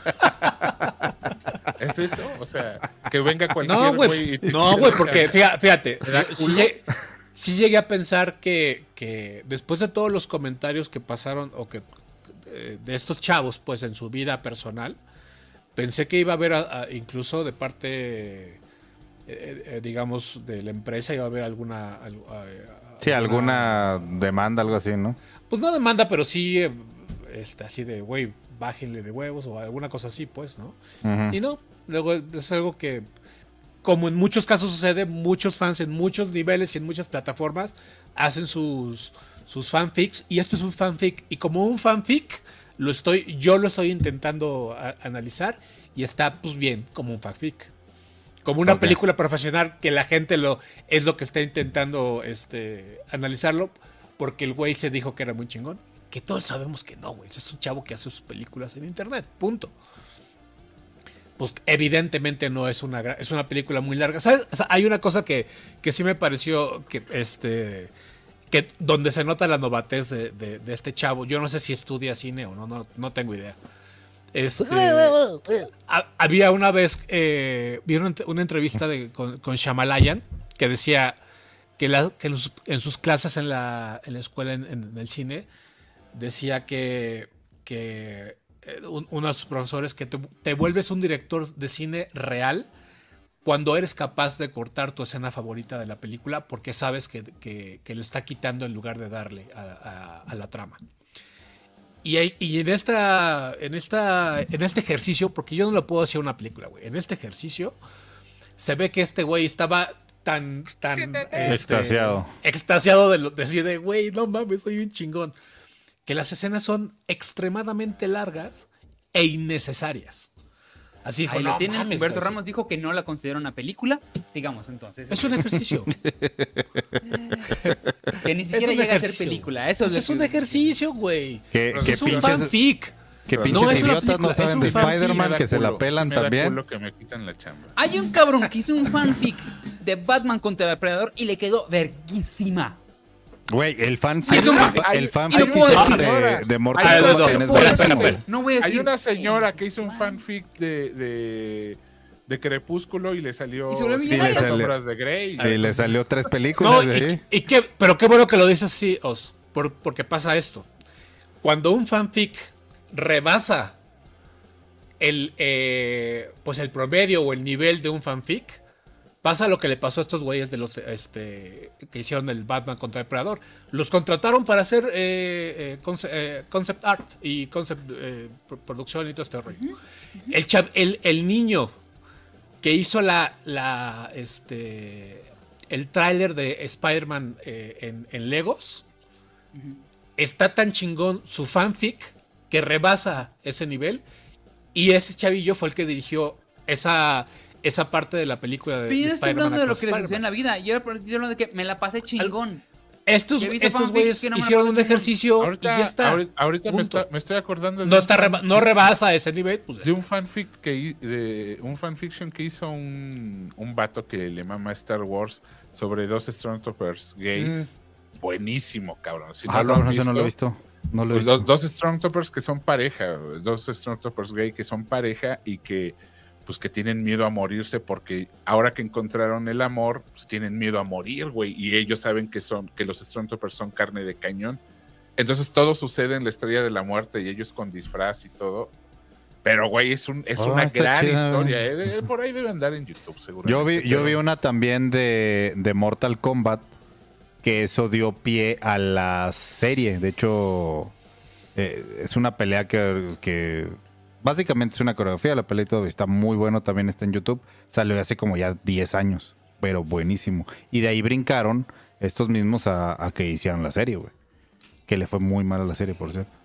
¿Es eso? O sea, que venga cualquier güey. No, güey, porque fíjate. Sí llegué a pensar que después de todos los comentarios que pasaron de estos chavos, pues en su vida personal, pensé que iba a haber incluso de parte, digamos, de la empresa, iba a haber alguna demanda, algo así, ¿no? Pues no demanda, pero sí, así de, güey, bájenle de huevos o alguna cosa así, pues, ¿no? Uh-huh. Y no, luego es algo que, como en muchos casos sucede, muchos fans en muchos niveles y en muchas plataformas hacen sus fanfics, y esto es un fanfic, y como un fanfic yo lo estoy intentando analizar, y está pues bien como un fanfic, como una película profesional que la gente es lo que está intentando analizarlo, porque el güey se dijo que era muy chingón, que todos sabemos que no, güey, es un chavo que hace sus películas en internet, punto. Pues evidentemente no es una película muy larga. ¿Sabes? O sea, hay una cosa que sí me pareció que donde se nota la novatez de este chavo. Yo no sé si estudia cine o no tengo idea. Había una vez vi una entrevista con Shyamalan que decía que en sus clases en la escuela en el cine decía que uno de sus profesores, que te vuelves un director de cine real cuando eres capaz de cortar tu escena favorita de la película porque sabes que le está quitando en lugar de darle a la trama. Y en este ejercicio, porque yo no lo puedo hacer una película, güey, en este ejercicio se ve que este güey estaba tan extasiado de decir de, güey, no mames, soy un chingón, que las escenas son extremadamente largas e innecesarias. Así dijo, Ahí lo no tienen. mames, Humberto güey, Ramos dijo que no la considera una película. Digamos entonces. es un ejercicio. Que ni siquiera un llega a ser ejercicio. película. Eso Pues es un ejercicio, güey. Que Es un pinches, fanfic. que No, pinches es una idiotas no película, saben es un de fanfic. Spider-Man que se la pelan me da también. culo que me quitan la chamba. Hay un cabrón que hizo un fanfic de Batman contra el Depredador y le quedó verguísima. Güey, el fanfic, Es un- el y fanfic lo puedo que hicieron decir. de Hay Mortal una- Kombat no, en no, es puedo decir, buenísimo. güey. No voy a decir. Hay una señora que hizo un fanfic de Crepúsculo y le salió Y se volvió sí, millonaria. las Y le salió- sombras de Grey. Y le salió 3 No, películas de ahí. pero qué bueno que lo dices así, Os, porque pasa esto. Cuando un fanfic rebasa pues el promedio o el nivel de un fanfic, pasa lo que le pasó a estos güeyes de los que hicieron el Batman contra el Depredador. Los contrataron para hacer concept art y concept producción y todo este rollo. El niño que hizo el tráiler de Spider-Man en Legos, está tan chingón su fanfic que rebasa ese nivel, y ese chavillo fue el que dirigió esa parte de la película de Pero yo no estoy Spider-Man hablando de lo Across que les sucedió en la Spider-Man. vida. Yo estoy hablando de que me la pasé chingón. Estos Yo he visto fanfics güeyes que no me la hicieron pasan un chingón. ejercicio Ahorita, y ya está. ahorita Punto. me estoy acordando No rebasa ese nivel. Pues, de un un fanfiction que hizo un vato que le mama Star Wars sobre 2 Stormtroopers gays. Buenísimo, cabrón. Si no lo han eso no lo he visto, visto. No lo he pues visto. dos Stormtroopers que son pareja, 2 Stormtroopers gay que son pareja y que pues que tienen miedo a morirse porque ahora que encontraron el amor, pues tienen miedo a morir, güey, y ellos saben que los Stormtroopers son carne de cañón. Entonces todo sucede en la Estrella de la Muerte y ellos con disfraz y todo. Pero, güey, es una está gran chida, historia. Por ahí debe andar en YouTube, seguramente. Yo vi una también de Mortal Kombat que eso dio pie a la serie. De hecho, es una pelea que básicamente es una coreografía. La pelea y todo está muy bueno. También está en YouTube. Salió hace como ya 10 años. Pero buenísimo. Y de ahí brincaron estos mismos a que hicieran la serie, güey. Que le fue muy mal a la serie, por cierto.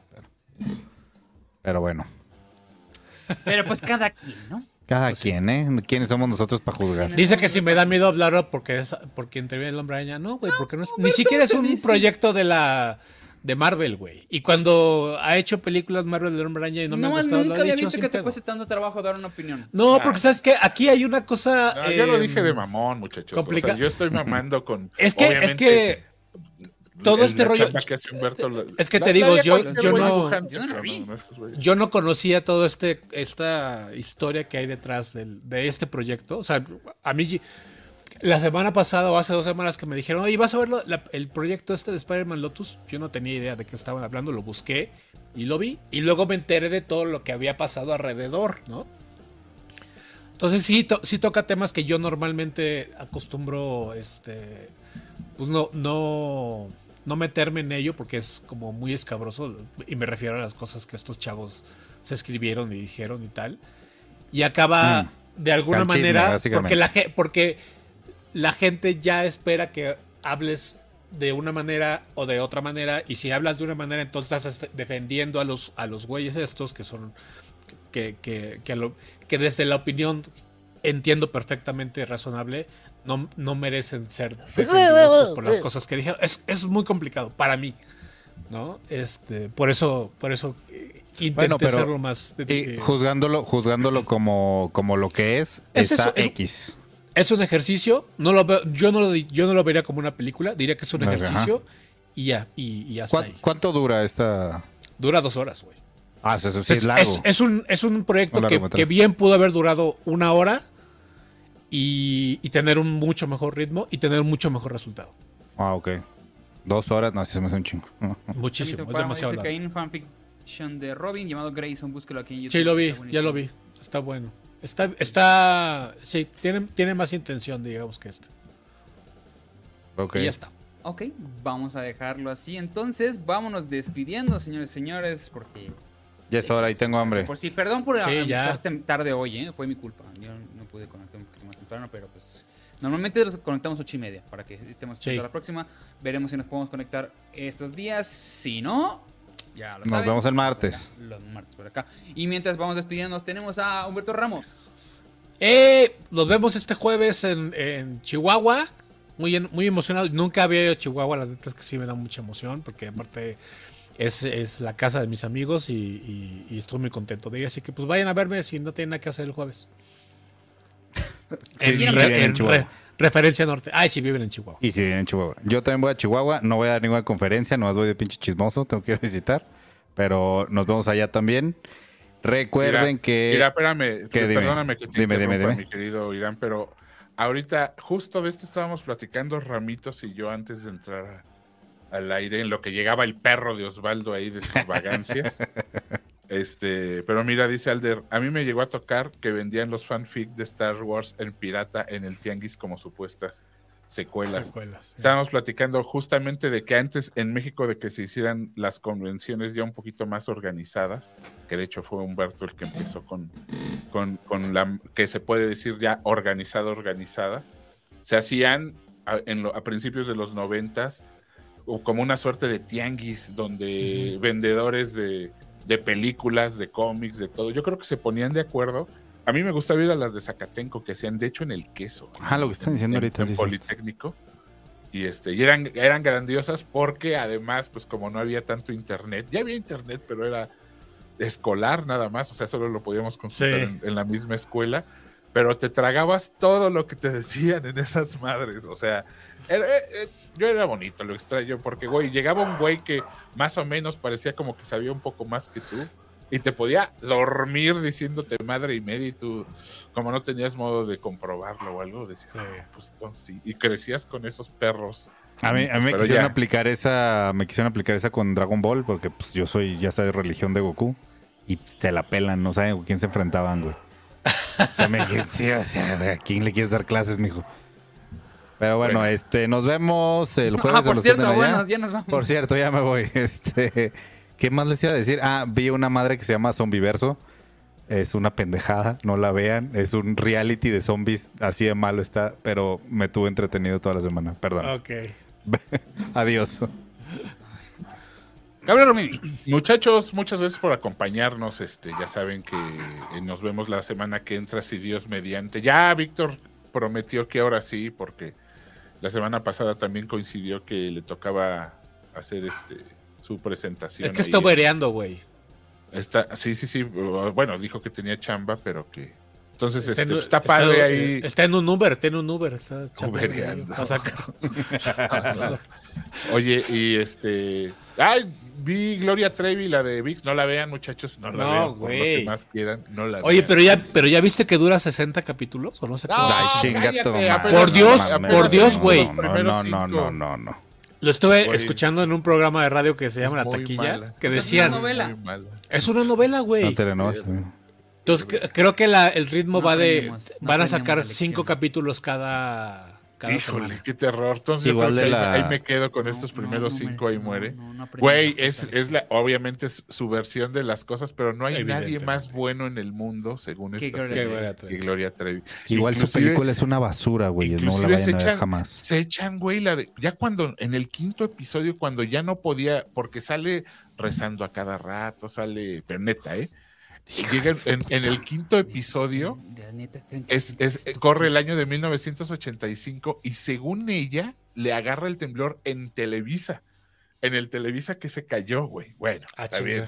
Pero bueno. Pero pues cada quien, ¿no? Cada quien, ¿eh? ¿Quiénes somos nosotros para juzgar? dice que si me da miedo hablarlo porque interviene el Hombre Araña. No, güey, porque ni siquiera es un proyecto de Marvel, güey. Y cuando ha hecho películas Marvel del Hombre Araña y no me ha gustado, nunca lo ha había dicho visto sin que te pedo. cueste tanto trabajo dar una opinión. No, porque sabes que aquí hay una cosa. No, yo lo dije de mamón, muchachos. complica- O sea, yo estoy mamando con. Es que todo este la rollo. chamba que hace Humberto Es que te digo, yo no. yo no conocía toda esta historia que hay detrás de este proyecto. O sea, a mí la semana pasada o hace 2 semanas que me dijeron, oye, ¿vas a ver el proyecto este de Spider-Man Lotus? Yo no tenía idea de qué estaban hablando, lo busqué y lo vi. Y luego me enteré de todo lo que había pasado alrededor, ¿no? Entonces sí toca temas que yo normalmente acostumbro, pues no meterme en ello porque es como muy escabroso, y me refiero a las cosas que estos chavos se escribieron y dijeron y tal, y acaba de alguna Al chisme, manera básicamente. porque la gente ya espera que hables de una manera o de otra manera, y si hablas de una manera entonces estás defendiendo a los güeyes estos que son que desde la opinión entiendo perfectamente razonable, no merecen ser defendidos por las cosas que dijeron. Es muy complicado para mí, ¿no? Por eso intenté ser lo más juzgándolo como lo que es está X. Es un ejercicio, yo no lo vería como una película, diría que es un ejercicio. Y ya está ahí. ¿Cuánto dura esta? Dura 2 horas, güey. Ah, eso sí es largo. Es un proyecto que bien pudo haber durado 1 hora y tener un mucho mejor ritmo y tener un mucho mejor resultado. Ah, ok. 2 horas, no, se me hace un chingo. Muchísimo, es demasiado Dice que hay largo. un fanfiction de Robin llamado Grayson, búsquelo aquí en YouTube. Sí, lo vi, Está buenísimo. ya lo vi. Está bueno. Sí, tiene más intención, digamos, que este. Ok. Y ya está. Ok, vamos a dejarlo así. Entonces, vámonos despidiendo, señores y señores, porque... Ya es hora y tengo hambre. Por si, perdón por Sí, ya. empezar tarde hoy, fue mi culpa. Yo no pude conectar un poquito más temprano, pero pues... Normalmente los conectamos 8:30 para que estemos Sí. a la próxima. Veremos si nos podemos conectar estos días. Si no, Ya lo Nos saben. vemos el martes. Los martes por acá. Y mientras vamos despidiéndonos, tenemos a Humberto Ramos. Nos vemos este jueves en Chihuahua. Muy emocionado. Nunca había ido a Chihuahua. La neta es que sí me da mucha emoción. Porque aparte es la casa de mis amigos. Y estoy muy contento de ir. Así que pues vayan a verme si no tienen nada que hacer el jueves. Sí, En viven en Chihuahua. Referencia norte. Ay, sí, viven en Chihuahua. Y sí, en Chihuahua. Yo también voy a Chihuahua. No voy a dar ninguna conferencia. Nomás voy de pinche chismoso. Tengo que ir a visitar. Pero nos vemos allá también. Recuerden que... Mira, espérame. Perdóname que te Dime. mi querido Irán, pero ahorita, justo de esto estábamos platicando Ramitos y yo antes de entrar al aire, en lo que llegaba el perro de Osvaldo ahí de sus vagancias. Pero mira, dice Alder, a mí me llegó a tocar que vendían los fanfic de Star Wars en pirata en el tianguis como supuestas secuelas. Sí. Estábamos platicando justamente de que antes en México de que se hicieran las convenciones ya un poquito más organizadas, que de hecho fue Humberto el que empezó con la que se puede decir ya organizada, se hacían a principios de los 90s como una suerte de tianguis donde vendedores de películas, de cómics, de todo, yo creo que se ponían de acuerdo. A mí me gustaba ir a las de Zacatenco, que hacían de hecho en el queso. Lo que están diciendo ahorita. En Politécnico. Y eran grandiosas porque además, pues como no había tanto internet, ya había internet, pero era escolar nada más, o sea, solo lo podíamos consultar en la misma escuela, pero te tragabas todo lo que te decían en esas madres, o sea, yo era bonito, lo extraño, porque, güey, llegaba un güey que más o menos parecía como que sabía un poco más que tú, y te podía dormir diciéndote madre y media, y tú, como no tenías modo de comprobarlo o algo, decías, pues entonces sí, y crecías con esos perros. A mí me quisieron aplicar esa con Dragon Ball, porque pues yo soy, ya sabes, religión de Goku, y pues, se la pelan, no saben con quién se enfrentaban, güey. O sea, me dije, sí, o sea, ¿a quién le quieres dar clases, mijo? Pero bueno, nos vemos el jueves. Por cierto, bueno, ya nos vamos. Por cierto, ya me voy. ¿Qué más les iba a decir? Vi una madre que se llama Zombiverso. Es una pendejada, no la vean. Es un reality de zombies, así de malo está, pero me tuve entretenido toda la semana. Perdón. Ok. Adiós. Gabriel Romini. Muchachos, muchas veces por acompañarnos. Ya saben que nos vemos la semana que entra, si Dios mediante. Ya Víctor prometió que ahora sí, porque la semana pasada también coincidió que le tocaba hacer su presentación. Es que está vereando, güey. Sí. Bueno, dijo que tenía chamba, pero que... Entonces, está padre ahí. Está en un Uber, está chambeando. Oye, y ay, vi Gloria Trevi, la de VIX. No la vean, muchachos. No la vean, por lo que más quieran. No la Oye, vean. pero ya viste que dura 60 capítulos, ¿o no sé? Por Dios, güey. No. Lo estuve escuchando en un programa de radio que se llama La Taquilla, que decían... Es una novela, güey. Entonces creo que el ritmo van a sacar 5 capítulos cada Híjole, semana. Qué terror. Entonces ahí me quedo con estos primeros 5, ahí muere. Güey, obviamente es su versión de las cosas, pero no hay nadie más bueno en el mundo, según esta serie, que Gloria Trevi. Igual su película es una basura, güey. No la vayan a ver jamás. Se echan, güey, ya cuando en el 5.º episodio, cuando ya no podía, porque sale rezando a cada rato, pero neta, llega en el 5.º episodio, corre el año de 1985 y según ella le agarra el temblor en Televisa, en el Televisa que se cayó, güey. Bueno, está bien.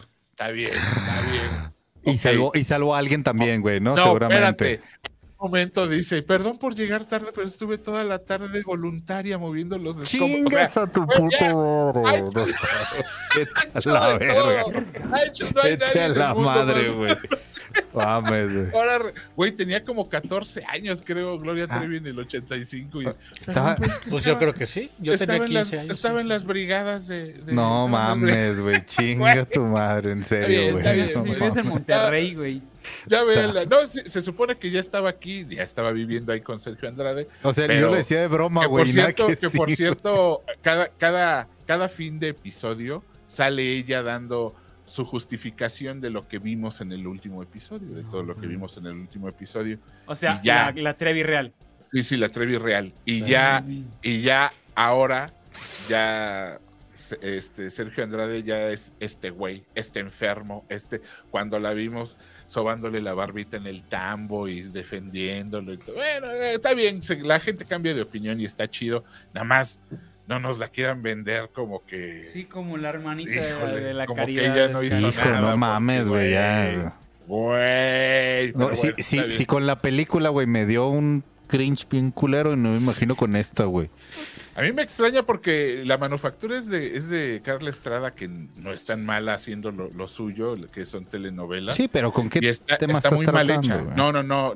Y salvó a alguien también, güey, ¿no? Seguramente. Espérate. Un momento dice, perdón por llegar tarde, pero estuve toda la tarde voluntaria moviendo los escombros. ¡Chingas a tu puto madre! Vete a la verga. Vete a la madre, güey. Mames, güey. Ahora, güey, tenía como 14 años, creo, Gloria Trevi en el 85. Pues yo creo que sí. Yo tenía 15 años. Estaba en las brigadas de no mames, güey. Chinga tu madre, en serio, güey. Vives en Monterrey, güey. Ya véanla. No, se supone que ya estaba aquí, ya estaba viviendo ahí con Sergio Andrade. O sea, yo le decía de broma, güey. Por cierto, cada fin de episodio sale ella dando su justificación de lo que vimos en el último episodio, de todo lo que vimos en el último episodio. O sea, ya, la Trevi real. Sí, la Trevi real. Y ya ahora, ya Sergio Andrade ya es este güey, este enfermo, cuando la vimos sobándole la barbita en el tambo y defendiéndolo y todo. Bueno, está bien, la gente cambia de opinión y está chido, nada más no nos la quieran vender como que... Sí, como la hermanita de la como caridad. que ella no hizo nada. No mames, güey, ya. Güey. No, sí, con la película, güey, me dio un cringe bien culero y no me imagino con esta, güey. A mí me extraña porque la manufactura es de Carla Estrada, que no es tan mala haciendo lo suyo, que son telenovelas. Sí, pero ¿con qué tema está muy mal tratando, hecha. güey? No,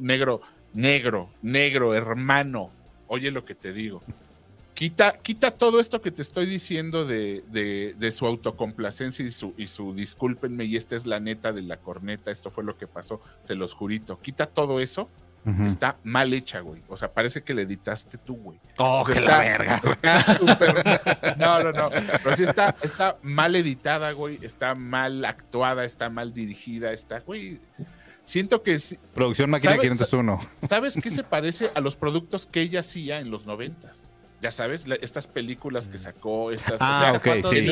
negro, hermano. Oye lo que te digo. Quita todo esto que te estoy diciendo de su autocomplacencia y su discúlpenme, y esta es la neta de la corneta, esto fue lo que pasó, se los jurito. Quita todo eso. Está mal hecha, güey. O sea, parece que le editaste tú, güey. ¡Oh, o sea, que la verga! No. Pero sí está mal editada, güey. Está mal actuada, está mal dirigida, güey. Siento que... Producción Máquina 501. ¿Sabes qué se parece a los productos que ella hacía en los 90s? Ya sabes, estas películas que sacó, ok, sí.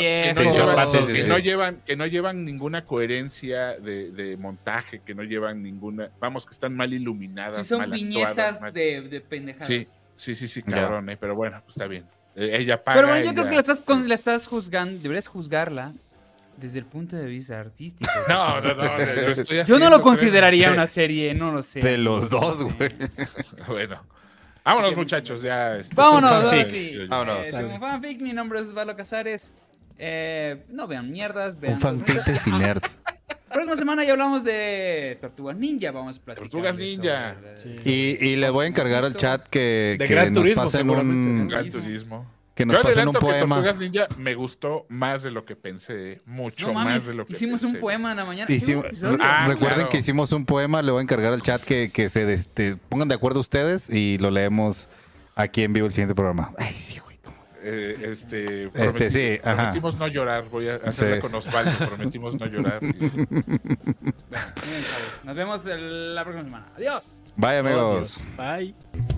Que no llevan ninguna coherencia de montaje, que no llevan ninguna, vamos, que están mal iluminadas. Sí, son mal viñetas actuadas, de pendejadas. Sí, cabrón, pero bueno, pues está bien. Ella paga. Pero bueno, yo creo que la estás juzgando, deberías juzgarla desde el punto de vista artístico. No, yo no lo consideraría una serie, no lo sé. De los dos, güey. Bueno. Vámonos, muchachos, ya. Vámonos, Vámonos. Es un fanfic, mi nombre es Osvaldo Casares. No vean mierdas, vean. Un fanfic de Ciners. Próxima semana ya hablamos de Tortugas Ninja, vamos a platicar. Tortugas Ninja. Y le voy a encargar al chat que Gran nos Turismo, pasen seguramente, Gran Turismo. Que nos Yo pasen un adelanto que poema. Tortugas Ninja me gustó más de lo que pensé, mucho No más mames, de lo que hicimos pensé. un poema en la mañana. Recuerden claro. que hicimos un poema, le voy a encargar al chat que se pongan de acuerdo ustedes y lo leemos aquí en vivo el siguiente programa. Ay, sí, güey. Prometimos no llorar, voy a hacerla con Osvaldo, prometimos no llorar. Nos vemos la próxima semana. Adiós. Bye, amigos. Bye.